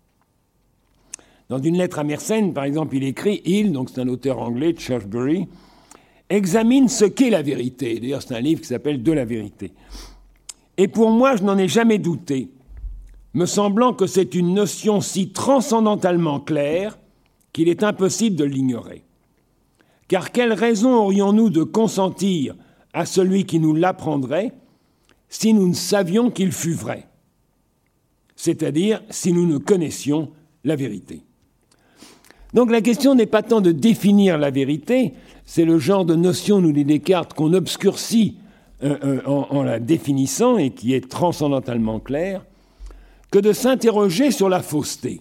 Dans une lettre à Mersenne, par exemple, il écrit, donc c'est un auteur anglais, Cherbury, examine ce qu'est la vérité. D'ailleurs, c'est un livre qui s'appelle « De la vérité ». Et pour moi, je n'en ai jamais douté, me semblant que c'est une notion si transcendantalement claire qu'il est impossible de l'ignorer. Car quelle raison aurions-nous de consentir à celui qui nous l'apprendrait si nous ne savions qu'il fût vrai, c'est-à-dire si nous ne connaissions la vérité. Donc la question n'est pas tant de définir la vérité, c'est le genre de notion, nous dit Descartes, qu'on obscurcit en la définissant et qui est transcendamentalement claire, que de s'interroger sur la fausseté.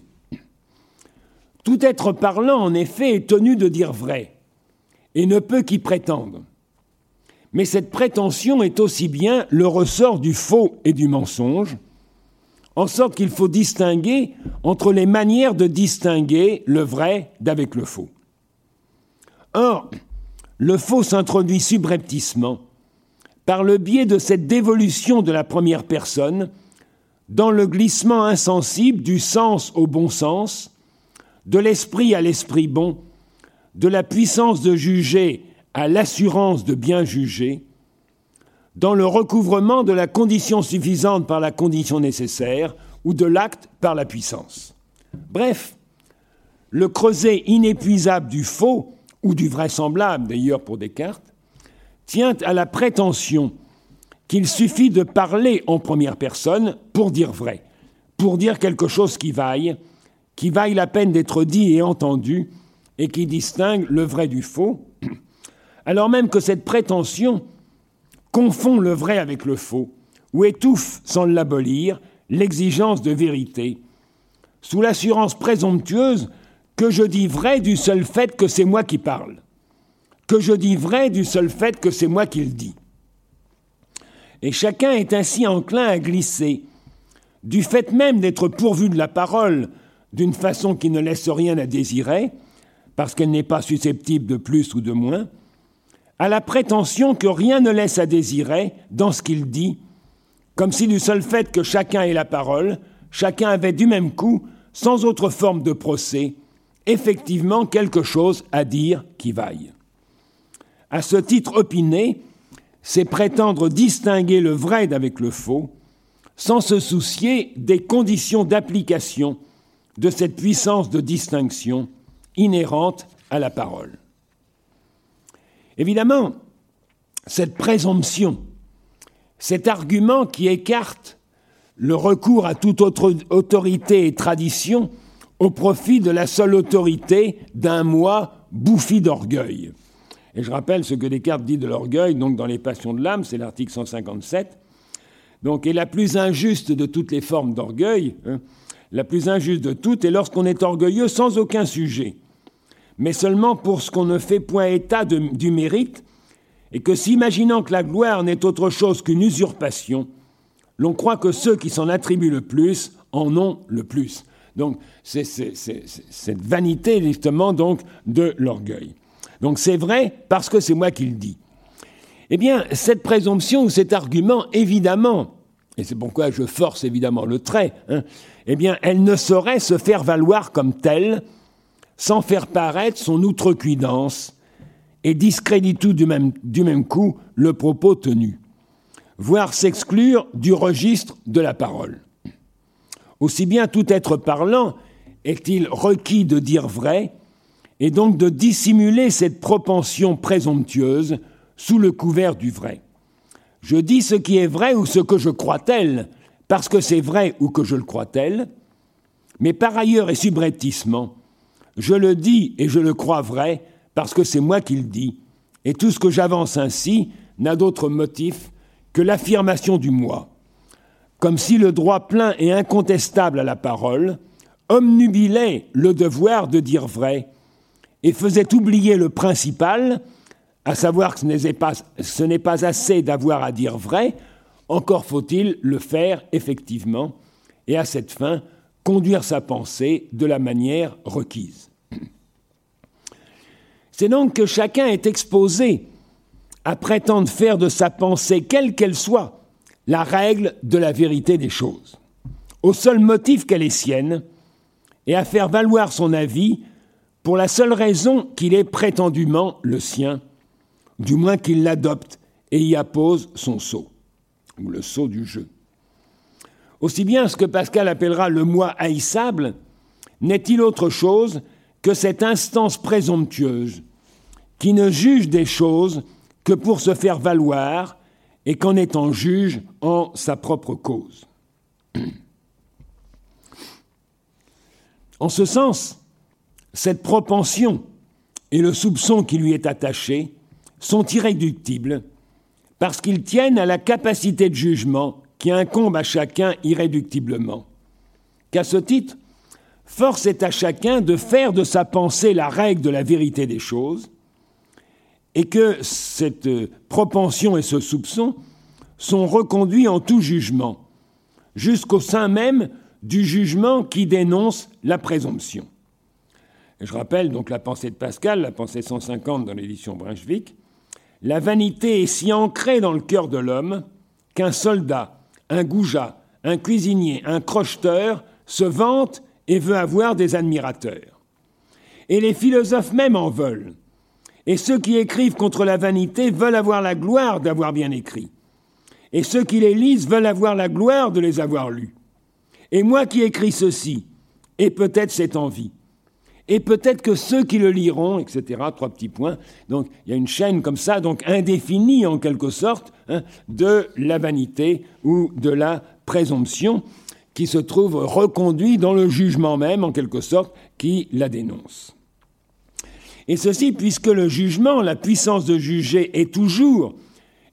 Tout être parlant, en effet, est tenu de dire vrai et ne peut qu'y prétendre. Mais cette prétention est aussi bien le ressort du faux et du mensonge, en sorte qu'il faut distinguer entre les manières de distinguer le vrai d'avec le faux. Or, le faux s'introduit subrepticement par le biais de cette dévolution de la première personne dans le glissement insensible du sens au bon sens, de l'esprit à l'esprit bon, de la puissance de juger à l'assurance de bien juger, dans le recouvrement de la condition suffisante par la condition nécessaire ou de l'acte par la puissance. Bref, le creuset inépuisable du faux, ou du vraisemblable d'ailleurs pour Descartes, tient à la prétention qu'il suffit de parler en première personne pour dire vrai, pour dire quelque chose qui vaille la peine d'être dit et entendu, et qui distingue le vrai du faux, alors même que cette prétention confond le vrai avec le faux, ou étouffe, sans l'abolir, l'exigence de vérité, sous l'assurance présomptueuse que je dis vrai du seul fait que c'est moi qui parle, que je dis vrai du seul fait que c'est moi qui le dis. Et chacun est ainsi enclin à glisser, du fait même d'être pourvu de la parole d'une façon qui ne laisse rien à désirer, parce qu'elle n'est pas susceptible de plus ou de moins, à la prétention que rien ne laisse à désirer dans ce qu'il dit, comme si du seul fait que chacun ait la parole, chacun avait du même coup, sans autre forme de procès, effectivement quelque chose à dire qui vaille. À ce titre opiné, c'est prétendre distinguer le vrai d'avec le faux, sans se soucier des conditions d'application de cette puissance de distinction inhérente à la parole. Évidemment, cette présomption, cet argument qui écarte le recours à toute autre autorité et tradition au profit de la seule autorité d'un moi bouffi d'orgueil. Et je rappelle ce que Descartes dit de l'orgueil, donc dans les Passions de l'âme, c'est l'article 157. Donc, et la plus injuste de toutes les formes d'orgueil, la plus injuste de toutes est lorsqu'on est orgueilleux sans aucun sujet, mais seulement pour ce qu'on ne fait point état du mérite, et que s'imaginant que la gloire n'est autre chose qu'une usurpation, l'on croit que ceux qui s'en attribuent le plus en ont le plus. Donc, c'est cette vanité, justement, donc, de l'orgueil. Donc, c'est vrai parce que c'est moi qui le dis. Eh bien, cette présomption ou cet argument, évidemment, et c'est pourquoi je force évidemment le trait, eh bien, elle ne saurait se faire valoir comme telle sans faire paraître son outrecuidance et discréditer tout du même coup le propos tenu, voire s'exclure du registre de la parole. Aussi bien tout être parlant est-il requis de dire vrai, et donc de dissimuler cette propension présomptueuse sous le couvert du vrai. Je dis ce qui est vrai ou ce que je crois tel, parce que c'est vrai ou que je le crois tel, mais par ailleurs et subrepticement, je le dis et je le crois vrai parce que c'est moi qui le dis, et tout ce que j'avance ainsi n'a d'autre motif que l'affirmation du moi, comme si le droit plein et incontestable à la parole omnubilait le devoir de dire vrai et faisait oublier le principal, à savoir que ce n'est pas assez d'avoir à dire vrai, encore faut-il le faire effectivement, et à cette fin, conduire sa pensée de la manière requise. C'est donc que chacun est exposé à prétendre faire de sa pensée, quelle qu'elle soit, la règle de la vérité des choses, au seul motif qu'elle est sienne, et à faire valoir son avis pour la seule raison qu'il est prétendument le sien, du moins qu'il l'adopte et y appose son sceau, ou le sceau du jeu. Aussi bien ce que Pascal appellera le moi haïssable n'est-il autre chose que cette instance présomptueuse qui ne juge des choses que pour se faire valoir et qu'en étant juge en sa propre cause. En ce sens, cette propension et le soupçon qui lui est attaché sont irréductibles parce qu'ils tiennent à la capacité de jugement qui incombe à chacun irréductiblement. Qu'à ce titre, force est à chacun de faire de sa pensée la règle de la vérité des choses, et que cette propension et ce soupçon sont reconduits en tout jugement, jusqu'au sein même du jugement qui dénonce la présomption. Et je rappelle donc la pensée de Pascal, la pensée 150 dans l'édition Brunswick. La vanité est si ancrée dans le cœur de l'homme qu'un soldat, un goujat, un cuisinier, un crocheteur se vante et veut avoir des admirateurs. Et les philosophes même en veulent. Et ceux qui écrivent contre la vanité veulent avoir la gloire d'avoir bien écrit. Et ceux qui les lisent veulent avoir la gloire de les avoir lus. Et moi qui écris ceci, et peut-être cette envie, et peut-être que ceux qui le liront, etc., 3 petits points. Donc, il y a une chaîne comme ça, donc indéfinie en quelque sorte, de la vanité ou de la présomption qui se trouve reconduit dans le jugement même, en quelque sorte, qui la dénonce. Et ceci puisque le jugement, la puissance de juger, est toujours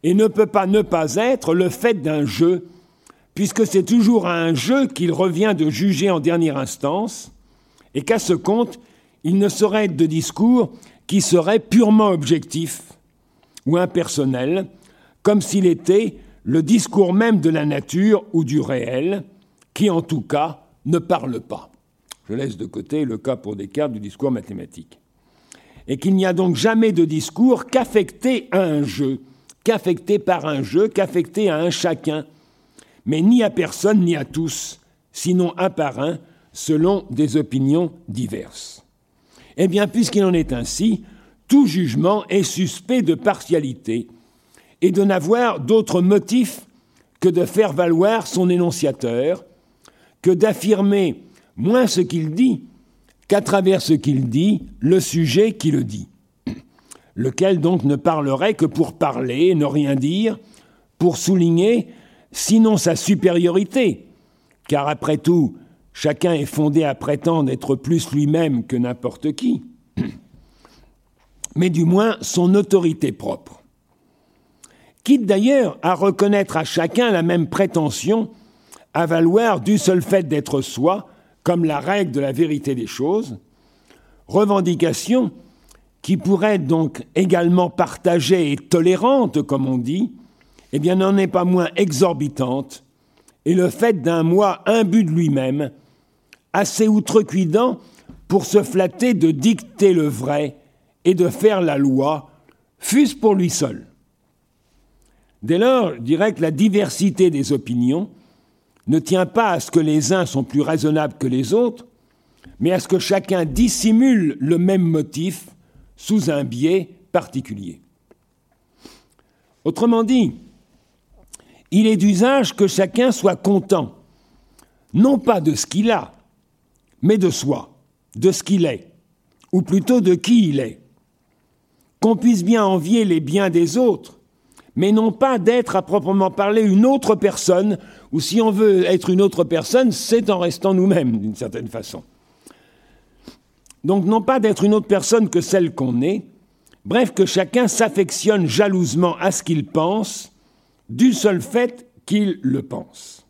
et ne peut pas ne pas être le fait d'un jeu, puisque c'est toujours à un jeu qu'il revient de juger en dernière instance, et qu'à ce compte, il ne saurait être de discours qui serait purement objectif ou impersonnel, comme s'il était le discours même de la nature ou du réel, qui en tout cas ne parle pas. Je laisse de côté le cas pour Descartes du discours mathématique. Et qu'il n'y a donc jamais de discours qu'affecté à un jeu, qu'affecté par un jeu, qu'affecté à un chacun, mais ni à personne ni à tous, sinon un par un, selon des opinions diverses. Eh bien, puisqu'il en est ainsi, tout jugement est suspect de partialité et de n'avoir d'autre motif que de faire valoir son énonciateur, que d'affirmer moins ce qu'il dit qu'à travers ce qu'il dit, le sujet qui le dit, lequel donc ne parlerait que pour parler et ne rien dire, pour souligner sinon sa supériorité, car après tout, chacun est fondé à prétendre être plus lui-même que n'importe qui, mais du moins son autorité propre. Quitte d'ailleurs à reconnaître à chacun la même prétention à valoir du seul fait d'être soi, comme la règle de la vérité des choses, revendication qui pourrait être donc également partagée et tolérante, comme on dit, eh bien n'en est pas moins exorbitante, et le fait d'un moi imbu de lui-même, assez outrecuidant pour se flatter de dicter le vrai et de faire la loi, fût-ce pour lui seul. Dès lors, je dirais que la diversité des opinions ne tient pas à ce que les uns sont plus raisonnables que les autres, mais à ce que chacun dissimule le même motif sous un biais particulier. Autrement dit, il est d'usage que chacun soit content, non pas de ce qu'il a, mais de soi, de ce qu'il est, ou plutôt de qui il est. Qu'on puisse bien envier les biens des autres, mais non pas d'être à proprement parler une autre personne, ou si on veut être une autre personne, c'est en restant nous-mêmes, d'une certaine façon. Donc non pas d'être une autre personne que celle qu'on est, bref, que chacun s'affectionne jalousement à ce qu'il pense, du seul fait qu'il le pense.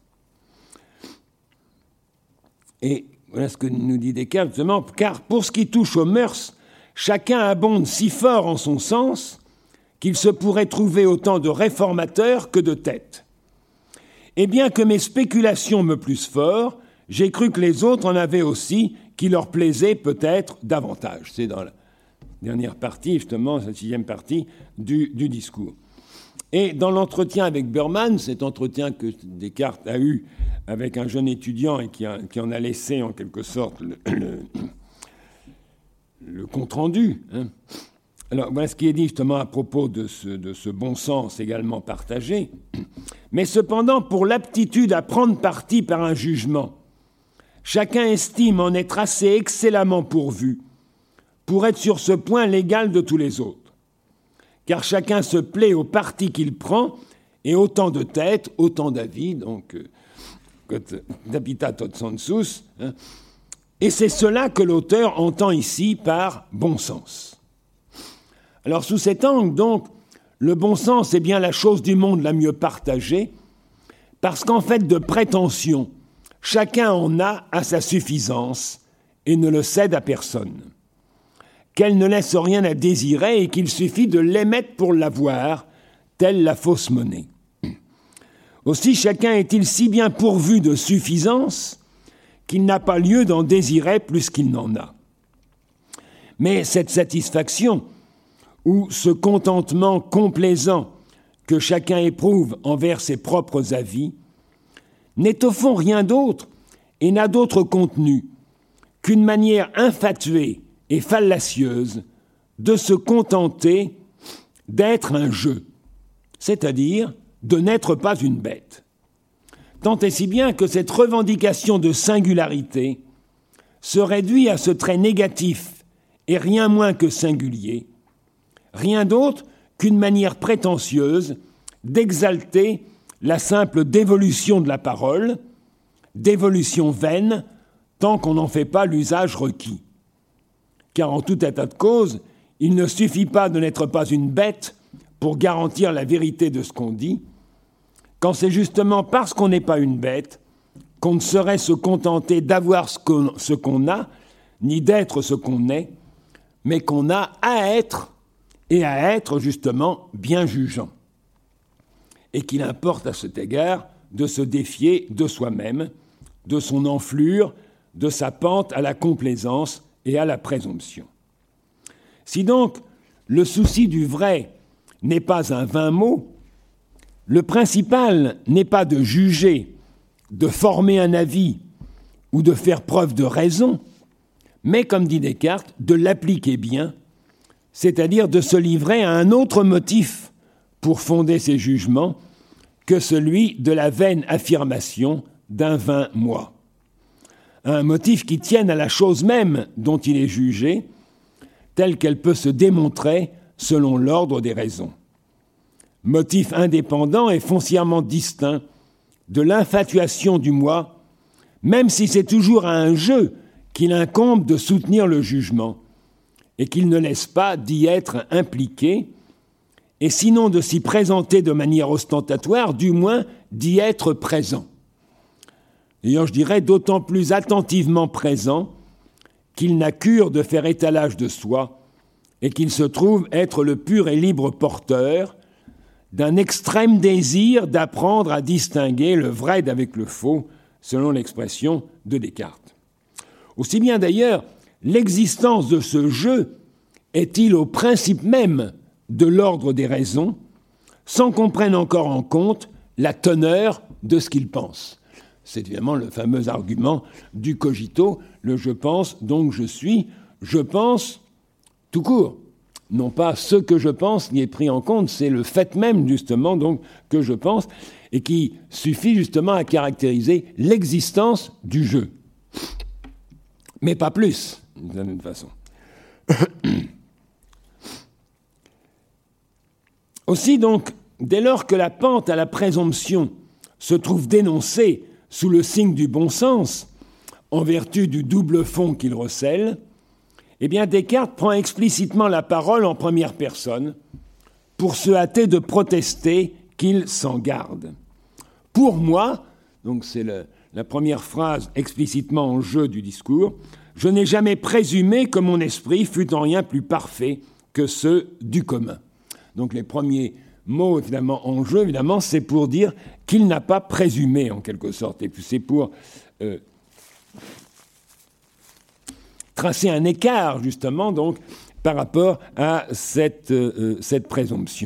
Et voilà ce que nous dit Descartes, justement, car pour ce qui touche aux mœurs, chacun abonde si fort en son sens qu'il se pourrait trouver autant de réformateurs que de têtes. Et bien que mes spéculations me plussent fort, j'ai cru que les autres en avaient aussi, qui leur plaisaient peut-être davantage. C'est dans la dernière partie, justement, la 6e partie du discours. Et dans l'entretien avec Berman, cet entretien que Descartes a eu avec un jeune étudiant et qui en a laissé en quelque sorte le compte-rendu, hein. Alors, voilà ce qui est dit justement à propos de ce bon sens également partagé. Mais cependant, pour l'aptitude à prendre parti par un jugement, chacun estime en être assez excellemment pourvu pour être sur ce point l'égal de tous les autres. Car chacun se plaît au parti qu'il prend, et autant de têtes, autant d'avis, donc d'habitat tot sensus, hein. Et c'est cela que l'auteur entend ici par bon sens. Alors, sous cet angle, donc, le bon sens est bien la chose du monde la mieux partagée, parce qu'en fait de prétention, chacun en a à sa suffisance et ne le cède à personne. Qu'elle ne laisse rien à désirer et qu'il suffit de l'émettre pour l'avoir, telle la fausse monnaie. Aussi, chacun est-il si bien pourvu de suffisance qu'il n'a pas lieu d'en désirer plus qu'il n'en a. Mais cette satisfaction, ou ce contentement complaisant que chacun éprouve envers ses propres avis, n'est au fond rien d'autre et n'a d'autre contenu qu'une manière infatuée et fallacieuse de se contenter d'être un jeu, c'est-à-dire de n'être pas une bête. Tant et si bien que cette revendication de singularité se réduit à ce trait négatif et rien moins que singulier, rien d'autre qu'une manière prétentieuse d'exalter la simple dévolution de la parole, dévolution vaine, tant qu'on n'en fait pas l'usage requis. Car en tout état de cause, il ne suffit pas de n'être pas une bête pour garantir la vérité de ce qu'on dit, quand c'est justement parce qu'on n'est pas une bête qu'on ne saurait se contenter d'avoir ce qu'on a, ni d'être ce qu'on est, mais qu'on a à être, et à être justement bien jugeant. Et qu'il importe à cet égard de se défier de soi-même, de son enflure, de sa pente à la complaisance et à la présomption. Si donc le souci du vrai n'est pas un vain mot, le principal n'est pas de juger, de former un avis ou de faire preuve de raison, mais, comme dit Descartes, de l'appliquer bien, c'est-à-dire de se livrer à un autre motif pour fonder ses jugements que celui de la vaine affirmation d'un vain moi. Un motif qui tienne à la chose même dont il est jugé, telle qu'elle peut se démontrer selon l'ordre des raisons. Motif indépendant et foncièrement distinct de l'infatuation du moi, même si c'est toujours à un jeu qu'il incombe de soutenir le jugement, et qu'il ne laisse pas d'y être impliqué, et sinon de s'y présenter de manière ostentatoire, du moins d'y être présent. D'ailleurs, je dirais d'autant plus attentivement présent qu'il n'a cure de faire étalage de soi, et qu'il se trouve être le pur et libre porteur d'un extrême désir d'apprendre à distinguer le vrai d'avec le faux, selon l'expression de Descartes. Aussi bien d'ailleurs, l'existence de ce jeu est-il au principe même de l'ordre des raisons, sans qu'on prenne encore en compte la teneur de ce qu'il pense. C'est évidemment le fameux argument du cogito, le je pense, donc je suis, je pense tout court. Non pas ce que je pense n'y est pris en compte, c'est le fait même justement donc que je pense et qui suffit justement à caractériser l'existence du jeu. Mais pas plus, d'une certaine façon. Aussi donc, dès lors que la pente à la présomption se trouve dénoncée sous le signe du bon sens, en vertu du double fond qu'il recèle, eh bien Descartes prend explicitement la parole en première personne pour se hâter de protester qu'il s'en garde. Pour moi, donc c'est la première phrase explicitement en jeu du discours, je n'ai jamais présumé que mon esprit fût en rien plus parfait que ceux du commun. Donc les premiers mots évidemment en jeu, évidemment, c'est pour dire qu'il n'a pas présumé en quelque sorte, et puis c'est pour tracer un écart justement donc par rapport à cette présomption.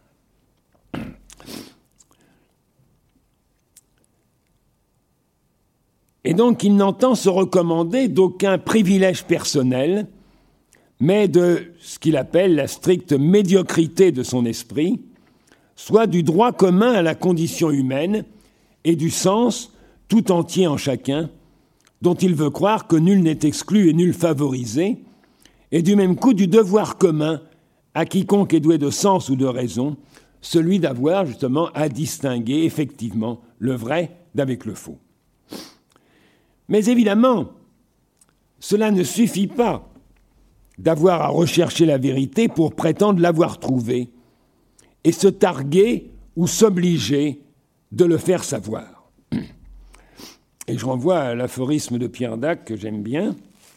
Et donc il n'entend se recommander d'aucun privilège personnel, mais de ce qu'il appelle la stricte médiocrité de son esprit, soit du droit commun à la condition humaine et du sens tout entier en chacun, dont il veut croire que nul n'est exclu et nul favorisé, et du même coup du devoir commun à quiconque est doué de sens ou de raison, celui d'avoir justement à distinguer effectivement le vrai d'avec le faux. Mais évidemment, cela ne suffit pas d'avoir à rechercher la vérité pour prétendre l'avoir trouvée et se targuer ou s'obliger de le faire savoir. Et je renvoie à l'aphorisme de Pierre Dac que j'aime bien.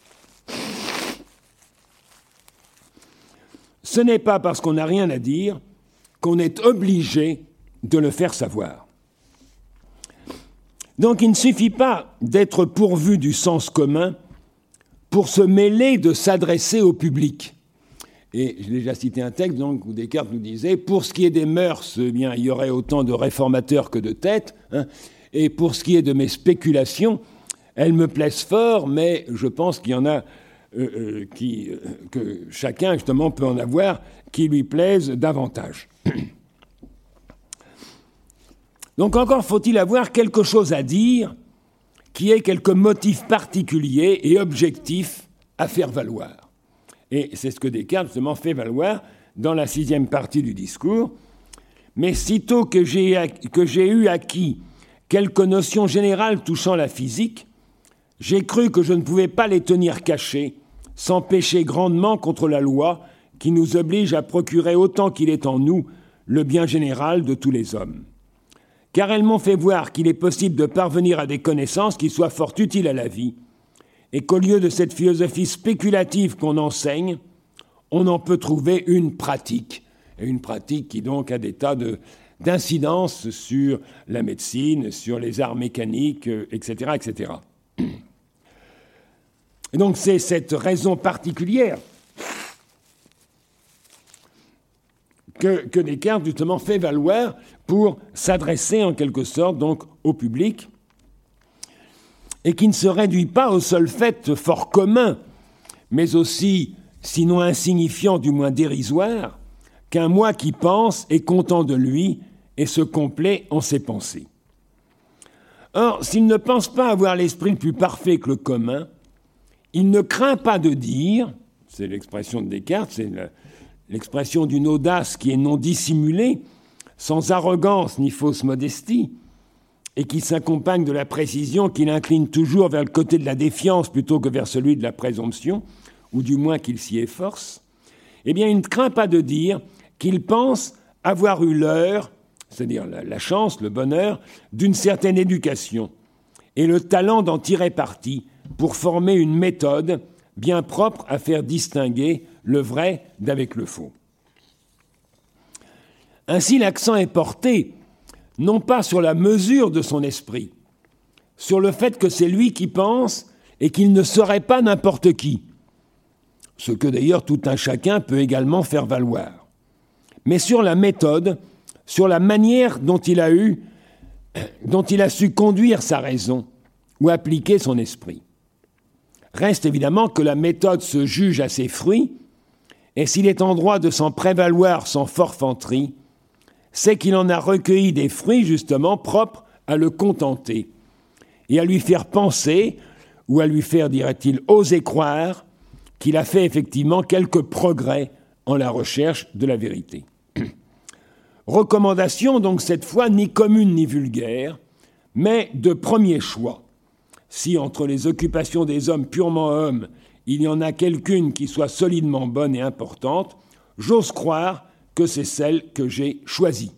Ce n'est pas parce qu'on n'a rien à dire qu'on est obligé de le faire savoir. Donc il ne suffit pas d'être pourvu du sens commun pour se mêler de s'adresser au public. Et j'ai déjà cité un texte donc, où Descartes nous disait « Pour ce qui est des mœurs, eh bien, il y aurait autant de réformateurs que de têtes, hein, et pour ce qui est de mes spéculations, elles me plaisent fort, mais je pense qu'il y en a que chacun justement peut en avoir qui lui plaisent davantage. » Donc encore faut-il avoir quelque chose à dire qui ait quelques motifs particuliers et objectifs à faire valoir. Et c'est ce que Descartes justement fait valoir dans la 6e partie du discours. Mais sitôt que j'ai eu acquis quelques notions générales touchant la physique, j'ai cru que je ne pouvais pas les tenir cachées sans pécher grandement contre la loi qui nous oblige à procurer autant qu'il est en nous le bien général de tous les hommes. Car elles m'ont fait voir qu'il est possible de parvenir à des connaissances qui soient fort utiles à la vie, et qu'au lieu de cette philosophie spéculative qu'on enseigne, on en peut trouver une pratique, et une pratique qui donc a des tas d'incidences sur la médecine, sur les arts mécaniques, etc., etc. Et donc c'est cette raison particulière que Descartes justement fait valoir pour s'adresser en quelque sorte donc au public, et qui ne se réduit pas au seul fait fort commun, mais aussi, sinon insignifiant, du moins dérisoire, qu'un moi qui pense est content de lui et se complaît en ses pensées. Or, s'il ne pense pas avoir l'esprit le plus parfait que le commun, il ne craint pas de dire, c'est l'expression de Descartes, c'est l'expression d'une audace qui est non dissimulée, sans arrogance ni fausse modestie, et qui s'accompagne de la précision qu'il incline toujours vers le côté de la défiance plutôt que vers celui de la présomption, ou du moins qu'il s'y efforce, eh bien il ne craint pas de dire qu'il pense avoir eu l'heure, c'est-à-dire la chance, le bonheur, d'une certaine éducation, et le talent d'en tirer parti pour former une méthode bien propre à faire distinguer le vrai d'avec le faux. Ainsi, l'accent est porté non pas sur la mesure de son esprit, sur le fait que c'est lui qui pense et qu'il ne serait pas n'importe qui, ce que d'ailleurs tout un chacun peut également faire valoir, mais sur la méthode, sur la manière dont il a su conduire sa raison ou appliquer son esprit. Reste évidemment que la méthode se juge à ses fruits, et s'il est en droit de s'en prévaloir sans forfanterie, c'est qu'il en a recueilli des fruits justement propres à le contenter et à lui faire penser, ou à lui faire, dirait-il, oser croire qu'il a fait effectivement quelques progrès en la recherche de la vérité. Recommandation donc cette fois ni commune ni vulgaire, mais de premier choix. Si entre les occupations des hommes purement hommes, il y en a quelqu'une qui soit solidement bonne et importante, j'ose croire que c'est celle que j'ai choisie.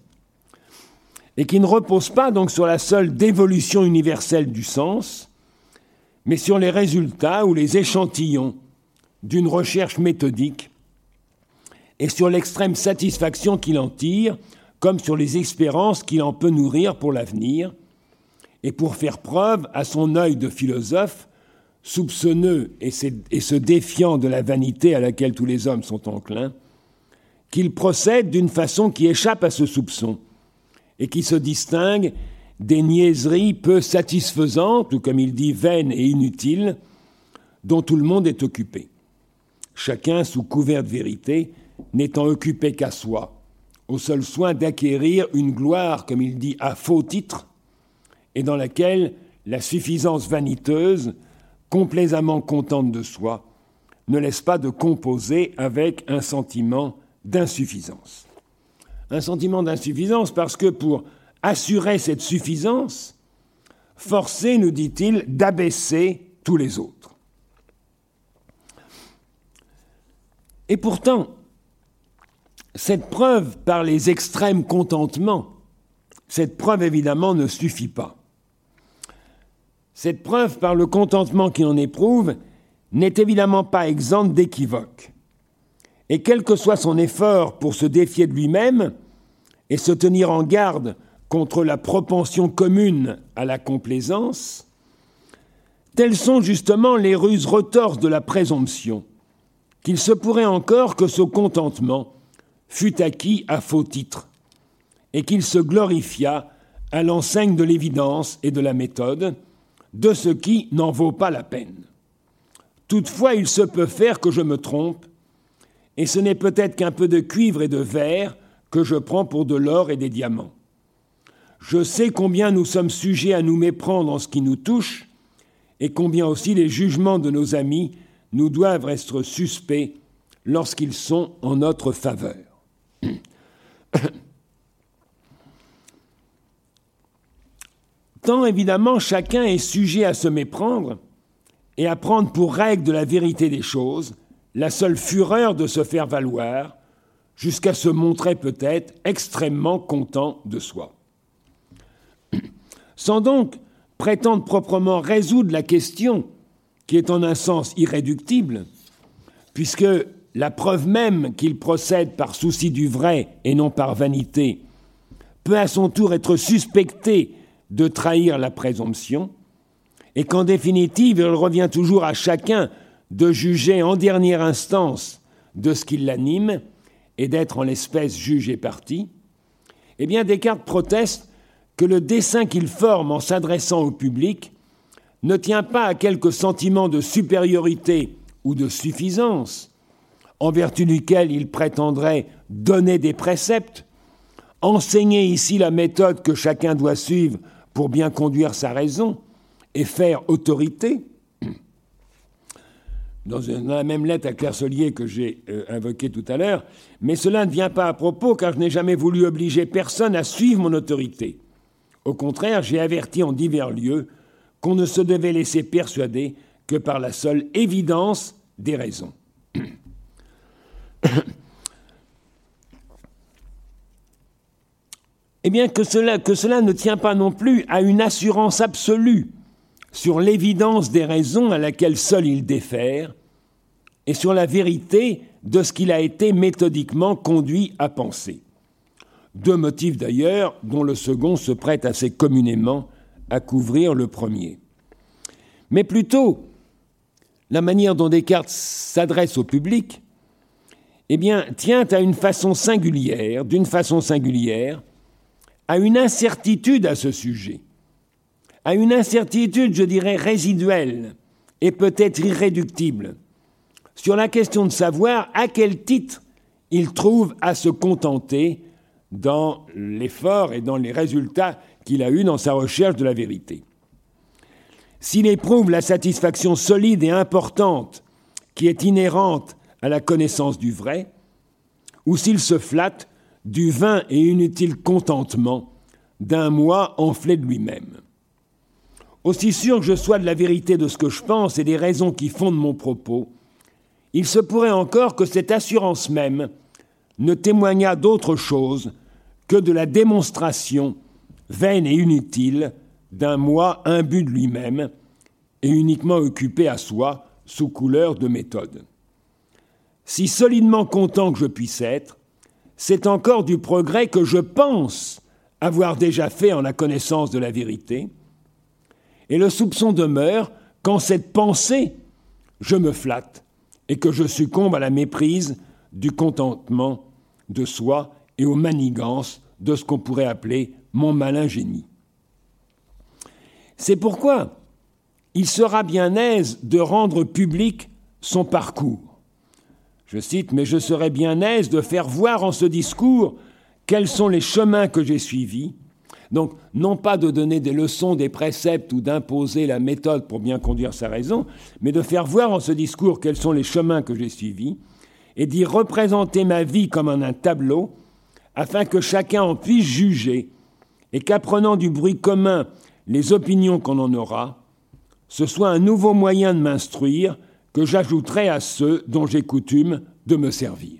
Et qui ne repose pas donc sur la seule dévolution universelle du sens, mais sur les résultats ou les échantillons d'une recherche méthodique et sur l'extrême satisfaction qu'il en tire, comme sur les espérances qu'il en peut nourrir pour l'avenir, et pour faire preuve à son œil de philosophe, soupçonneux et se défiant de la vanité à laquelle tous les hommes sont enclins, qu'il procède d'une façon qui échappe à ce soupçon et qui se distingue des niaiseries peu satisfaisantes, ou comme il dit, vaines et inutiles, dont tout le monde est occupé. Chacun, sous couvert de vérité, n'étant occupé qu'à soi, au seul soin d'acquérir une gloire, comme il dit, à faux titre, et dans laquelle la suffisance vaniteuse, complaisamment contente de soi, ne laisse pas de composer avec un sentiment d'insuffisance. Un sentiment d'insuffisance parce que pour assurer cette suffisance, forcé, nous dit-il, d'abaisser tous les autres. Et pourtant, cette preuve par les extrêmes contentements, cette preuve évidemment ne suffit pas. Cette preuve par le contentement qu'il en éprouve n'est évidemment pas exempte d'équivoque. Et quel que soit son effort pour se défier de lui-même et se tenir en garde contre la propension commune à la complaisance, telles sont justement les ruses retorses de la présomption, qu'il se pourrait encore que ce contentement fût acquis à faux titre, et qu'il se glorifiât à l'enseigne de l'évidence et de la méthode, de ce qui n'en vaut pas la peine. Toutefois, il se peut faire que je me trompe, et ce n'est peut-être qu'un peu de cuivre et de verre que je prends pour de l'or et des diamants. Je sais combien nous sommes sujets à nous méprendre en ce qui nous touche, et combien aussi les jugements de nos amis nous doivent être suspects lorsqu'ils sont en notre faveur. Tant évidemment chacun est sujet à se méprendre et à prendre pour règle de la vérité des choses la seule fureur de se faire valoir, jusqu'à se montrer peut-être extrêmement content de soi. Sans donc prétendre proprement résoudre la question, qui est en un sens irréductible, puisque la preuve même qu'il procède par souci du vrai et non par vanité peut à son tour être suspectée de trahir la présomption, et qu'en définitive, il revient toujours à chacun de juger en dernière instance de ce qui l'anime et d'être en l'espèce juge et partie, eh bien Descartes proteste que le dessein qu'il forme en s'adressant au public ne tient pas à quelque sentiment de supériorité ou de suffisance, en vertu duquel il prétendrait donner des préceptes, enseigner ici la méthode que chacun doit suivre pour bien conduire sa raison et faire autorité. Dans la même lettre à Clarselier que j'ai invoquée tout à l'heure, mais cela ne vient pas à propos car je n'ai jamais voulu obliger personne à suivre mon autorité. Au contraire, j'ai averti en divers lieux qu'on ne se devait laisser persuader que par la seule évidence des raisons. Eh bien, que cela ne tient pas non plus à une assurance absolue sur l'évidence des raisons à laquelle seul il défère et sur la vérité de ce qu'il a été méthodiquement conduit à penser. Deux motifs d'ailleurs dont le second se prête assez communément à couvrir le premier. Mais plutôt, la manière dont Descartes s'adresse au public, eh bien, tient à d'une façon singulière, à une incertitude à ce sujet, à une incertitude, je dirais, résiduelle et peut-être irréductible, sur la question de savoir à quel titre il trouve à se contenter dans l'effort et dans les résultats qu'il a eus dans sa recherche de la vérité. S'il éprouve la satisfaction solide et importante qui est inhérente à la connaissance du vrai, ou s'il se flatte du vain et inutile contentement d'un moi enflé de lui-même. Aussi sûr que je sois de la vérité de ce que je pense et des raisons qui fondent mon propos, il se pourrait encore que cette assurance même ne témoignât d'autre chose que de la démonstration vaine et inutile d'un moi imbu de lui-même et uniquement occupé à soi sous couleur de méthode. Si solidement content que je puisse être, c'est encore du progrès que je pense avoir déjà fait en la connaissance de la vérité, et le soupçon demeure qu'en cette pensée, je me flatte et que je succombe à la méprise du contentement de soi et aux manigances de ce qu'on pourrait appeler mon malin génie. C'est pourquoi il sera bien aise de rendre public son parcours. Je cite, « Mais je serais bien aise de faire voir en ce discours quels sont les chemins que j'ai suivis. » Donc, non pas de donner des leçons, des préceptes ou d'imposer la méthode pour bien conduire sa raison, mais de faire voir en ce discours quels sont les chemins que j'ai suivis et d'y représenter ma vie comme en un tableau afin que chacun en puisse juger et qu'apprenant du bruit commun les opinions qu'on en aura, ce soit un nouveau moyen de m'instruire que j'ajouterai à ceux dont j'ai coutume de me servir.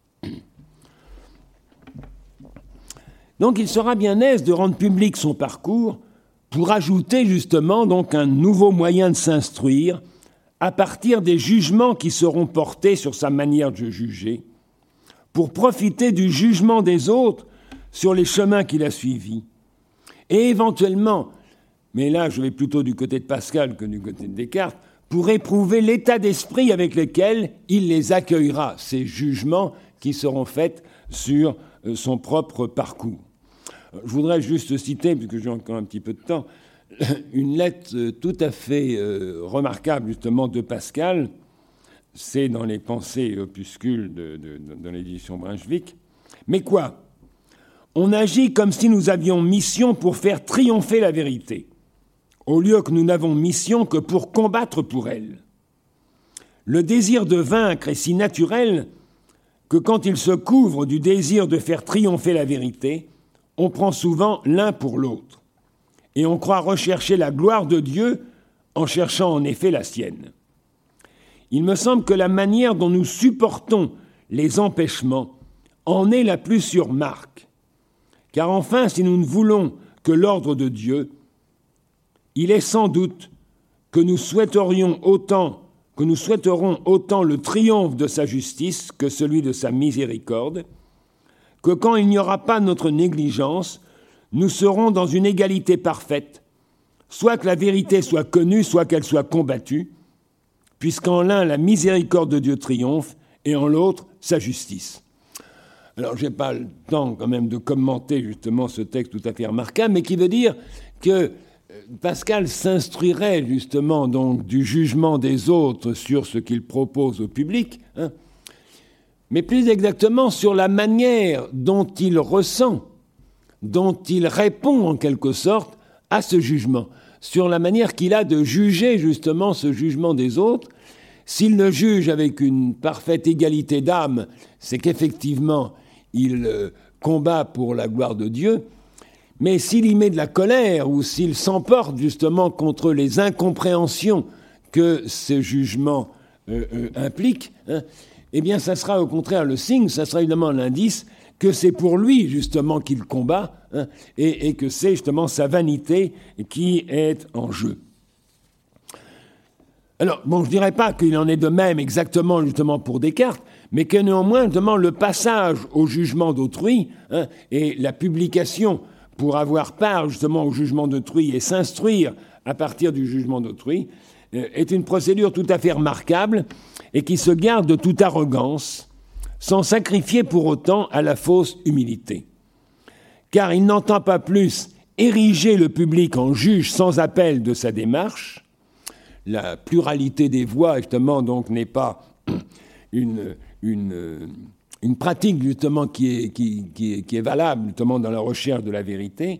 Donc il sera bien aise de rendre public son parcours pour ajouter justement donc un nouveau moyen de s'instruire à partir des jugements qui seront portés sur sa manière de juger, pour profiter du jugement des autres sur les chemins qu'il a suivis, et éventuellement, mais là je vais plutôt du côté de Pascal que du côté de Descartes, pour éprouver l'état d'esprit avec lequel il les accueillera, ces jugements qui seront faits sur son propre parcours. Je voudrais juste citer, puisque j'ai encore un petit peu de temps, une lettre tout à fait remarquable justement de Pascal, c'est dans les Pensées opuscules de l'édition Brunswick. Mais quoi ? On agit comme si nous avions mission pour faire triompher la vérité, au lieu que nous n'avons mission que pour combattre pour elle. Le désir de vaincre est si naturel que quand il se couvre du désir de faire triompher la vérité, on prend souvent l'un pour l'autre, et on croit rechercher la gloire de Dieu en cherchant en effet la sienne. Il me semble que la manière dont nous supportons les empêchements en est la plus sûre marque. Car enfin, si nous ne voulons que l'ordre de Dieu, il est sans doute que nous souhaiterons autant le triomphe de sa justice que celui de sa miséricorde, que quand il n'y aura pas notre négligence, nous serons dans une égalité parfaite, soit que la vérité soit connue, soit qu'elle soit combattue, puisqu'en l'un la miséricorde de Dieu triomphe et en l'autre sa justice. Alors je n'ai pas le temps quand même de commenter justement ce texte tout à fait remarquable, mais qui veut dire que Pascal s'instruirait justement donc du jugement des autres sur ce qu'il propose au public, mais plus exactement sur la manière dont il ressent, dont il répond en quelque sorte à ce jugement, sur la manière qu'il a de juger justement ce jugement des autres. S'il le juge avec une parfaite égalité d'âme, c'est qu'effectivement il combat pour la gloire de Dieu, mais s'il y met de la colère ou s'il s'emporte justement contre les incompréhensions que ce jugement implique, eh bien ça sera au contraire le signe, ça sera évidemment l'indice que c'est pour lui justement qu'il combat et que c'est justement sa vanité qui est en jeu. Alors, bon, je ne dirais pas qu'il en est de même exactement justement pour Descartes, mais que néanmoins, justement, le passage au jugement d'autrui et la publication pour avoir part justement au jugement d'autrui et s'instruire à partir du jugement d'autrui est une procédure tout à fait remarquable et qui se garde de toute arrogance, sans sacrifier pour autant à la fausse humilité. Car il n'entend pas plus ériger le public en juge sans appel de sa démarche. La pluralité des voix, justement, donc, n'est pas une pratique, justement, qui est valable, justement, dans la recherche de la vérité,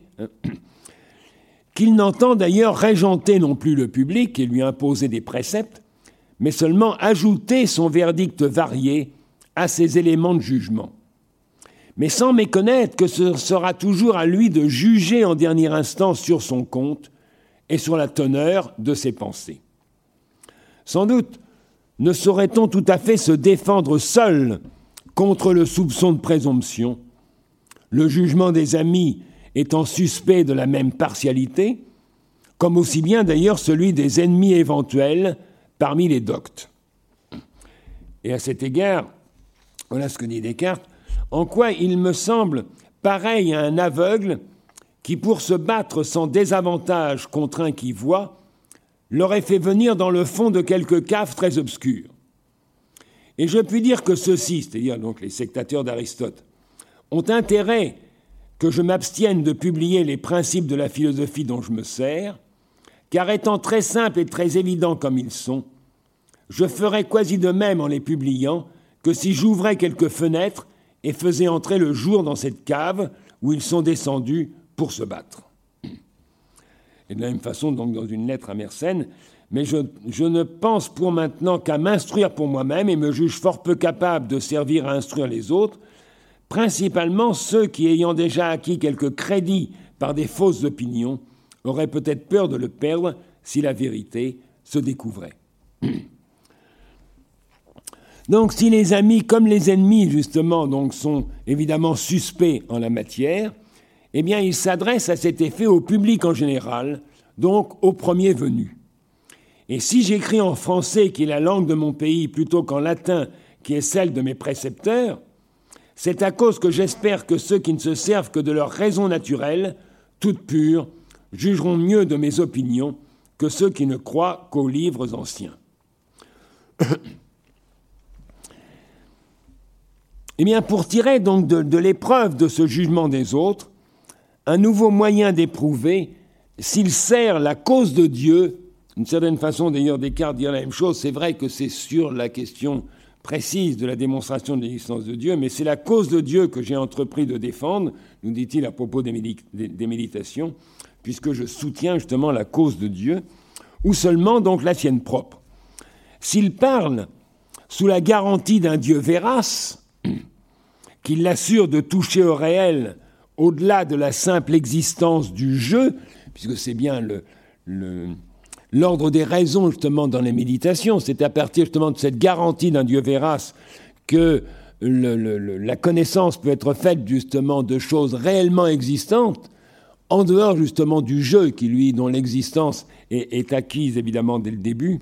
qu'il n'entend d'ailleurs régenter non plus le public et lui imposer des préceptes, mais seulement ajouter son verdict varié à ses éléments de jugement. Mais sans méconnaître que ce sera toujours à lui de juger en dernière instance sur son compte et sur la teneur de ses pensées. Sans doute ne saurait-on tout à fait se défendre seul contre le soupçon de présomption, le jugement des amis étant suspect de la même partialité, comme aussi bien d'ailleurs celui des ennemis éventuels parmi les doctes. Et à cet égard, voilà ce que dit Descartes, en quoi il me semble pareil à un aveugle qui, pour se battre sans désavantage contre un qui voit, l'aurait fait venir dans le fond de quelque cave très obscure. Et je puis dire que ceux-ci, c'est-à-dire donc les sectateurs d'Aristote, ont intérêt que je m'abstienne de publier les principes de la philosophie dont je me sers, car étant très simples et très évidents comme ils sont, je ferais quasi de même en les publiant que si j'ouvrais quelques fenêtres et faisais entrer le jour dans cette cave où ils sont descendus pour se battre. Et de la même façon, donc, dans une lettre à Mersenne, mais je ne pense pour maintenant qu'à m'instruire pour moi-même et me juge fort peu capable de servir à instruire les autres, principalement ceux qui, ayant déjà acquis quelque crédit par des fausses opinions, auraient peut-être peur de le perdre si la vérité se découvrait. Donc, si les amis comme les ennemis, justement, donc, sont évidemment suspects en la matière, eh bien, ils s'adressent à cet effet au public en général, donc au premier venu. Et si j'écris en français, qui est la langue de mon pays, plutôt qu'en latin, qui est celle de mes précepteurs, c'est à cause que j'espère que ceux qui ne se servent que de leur raison naturelle, toute pure, jugeront mieux de mes opinions que ceux qui ne croient qu'aux livres anciens. Eh bien, pour tirer donc de l'épreuve de ce jugement des autres, un nouveau moyen d'éprouver s'il sert la cause de Dieu, d'une certaine façon d'ailleurs Descartes dit la même chose, c'est vrai que c'est sur la question précise de la démonstration de l'existence de Dieu, mais c'est la cause de Dieu que j'ai entrepris de défendre, nous dit-il à propos des méditations, puisque je soutiens justement la cause de Dieu, ou seulement donc la sienne propre. S'il parle sous la garantie d'un Dieu vérace, qui l'assure de toucher au réel au-delà de la simple existence du jeu, puisque c'est bien l'ordre des raisons justement dans les méditations, c'est à partir justement de cette garantie d'un Dieu vérace que la connaissance peut être faite justement de choses réellement existantes, en dehors justement du jeu dont l'existence est acquise évidemment dès le début,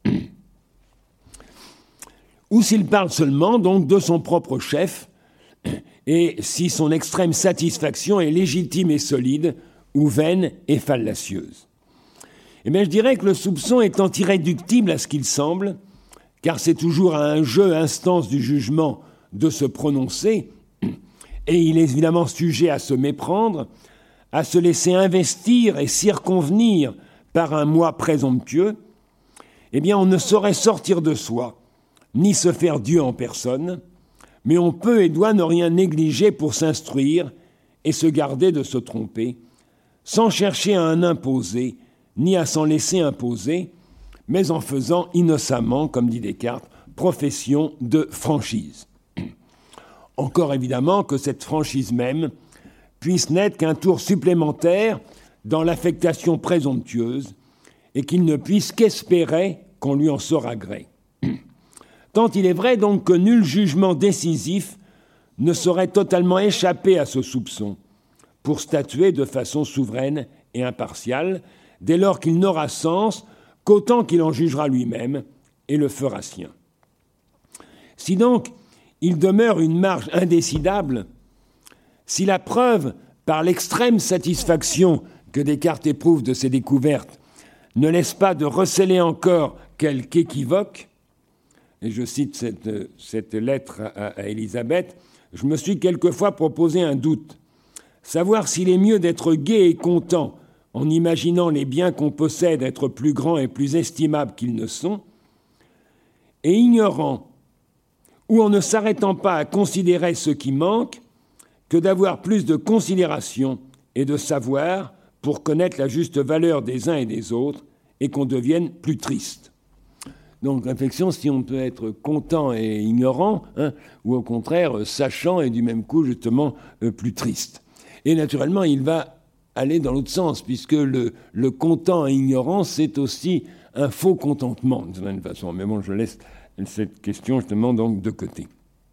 ou s'il parle seulement donc de son propre chef, et si son extrême satisfaction est légitime et solide, ou vaine et fallacieuse. Eh bien, je dirais que le soupçon étant irréductible à ce qu'il semble, car c'est toujours à un jeu instance du jugement de se prononcer, et il est évidemment sujet à se méprendre, à se laisser investir et circonvenir par un moi présomptueux, eh bien on ne saurait sortir de soi, ni se faire Dieu en personne, mais on peut et doit ne rien négliger pour s'instruire et se garder de se tromper, sans chercher à en imposer, ni à s'en laisser imposer, mais en faisant innocemment, comme dit Descartes, profession de franchise. Encore évidemment que cette franchise même puisse n'être qu'un tour supplémentaire dans l'affectation présomptueuse et qu'il ne puisse qu'espérer qu'on lui en saura gré. Tant il est vrai donc que nul jugement décisif ne saurait totalement échapper à ce soupçon pour statuer de façon souveraine et impartiale, dès lors qu'il n'aura sens qu'autant qu'il en jugera lui-même et le fera sien. Si donc il demeure une marge indécidable, si la preuve, par l'extrême satisfaction que Descartes éprouve de ses découvertes, ne laisse pas de recéler encore quelque équivoque, et je cite cette lettre à Élisabeth, je me suis quelquefois proposé un doute, savoir s'il est mieux d'être gai et content en imaginant les biens qu'on possède être plus grands et plus estimables qu'ils ne sont, et ignorant ou en ne s'arrêtant pas à considérer ce qui manque, que d'avoir plus de considération et de savoir pour connaître la juste valeur des uns et des autres et qu'on devienne plus triste. Donc, réflexion, si on peut être content et ignorant, ou au contraire, sachant et du même coup, justement, plus triste. Et naturellement, il va aller dans l'autre sens, puisque le content et ignorant, c'est aussi un faux contentement, d'une certaine façon. Mais bon, je laisse cette question, justement, donc, de côté.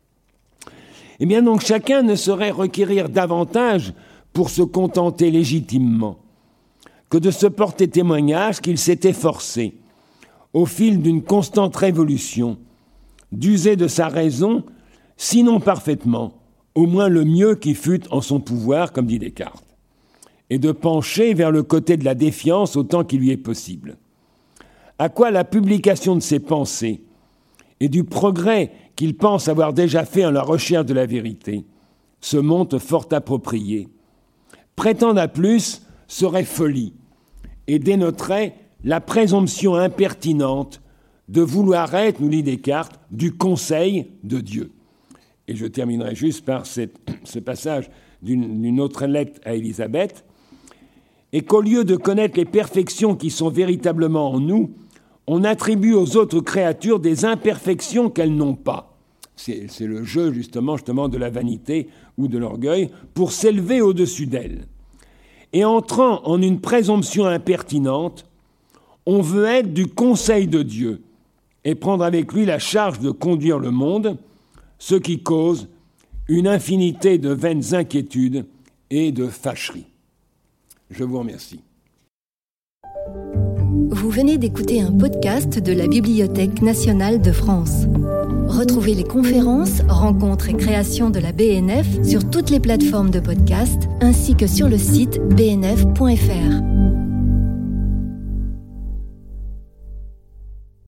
Eh bien, donc, chacun ne saurait requérir davantage pour se contenter légitimement que de se porter témoignage qu'il s'est efforcé, au fil d'une constante révolution, d'user de sa raison, sinon parfaitement, au moins le mieux qui fût en son pouvoir, comme dit Descartes, et de pencher vers le côté de la défiance autant qu'il lui est possible. À quoi la publication de ses pensées et du progrès qu'il pense avoir déjà fait en la recherche de la vérité se montre fort approprié. Prétendre à plus serait folie et dénoterait la présomption impertinente de vouloir être, nous dit Descartes, du conseil de Dieu. Et je terminerai juste par ce passage d'une autre lettre à Élisabeth, et qu'au lieu de connaître les perfections qui sont véritablement en nous, on attribue aux autres créatures des imperfections qu'elles n'ont pas. C'est le jeu justement de la vanité ou de l'orgueil pour s'élever au-dessus d'elles. Et entrant en une présomption impertinente, on veut être du conseil de Dieu et prendre avec lui la charge de conduire le monde, ce qui cause une infinité de vaines inquiétudes et de fâcheries. Je vous remercie. Vous venez d'écouter un podcast de la Bibliothèque nationale de France. Retrouvez les conférences, rencontres et créations de la BNF sur toutes les plateformes de podcast ainsi que sur le site bnf.fr.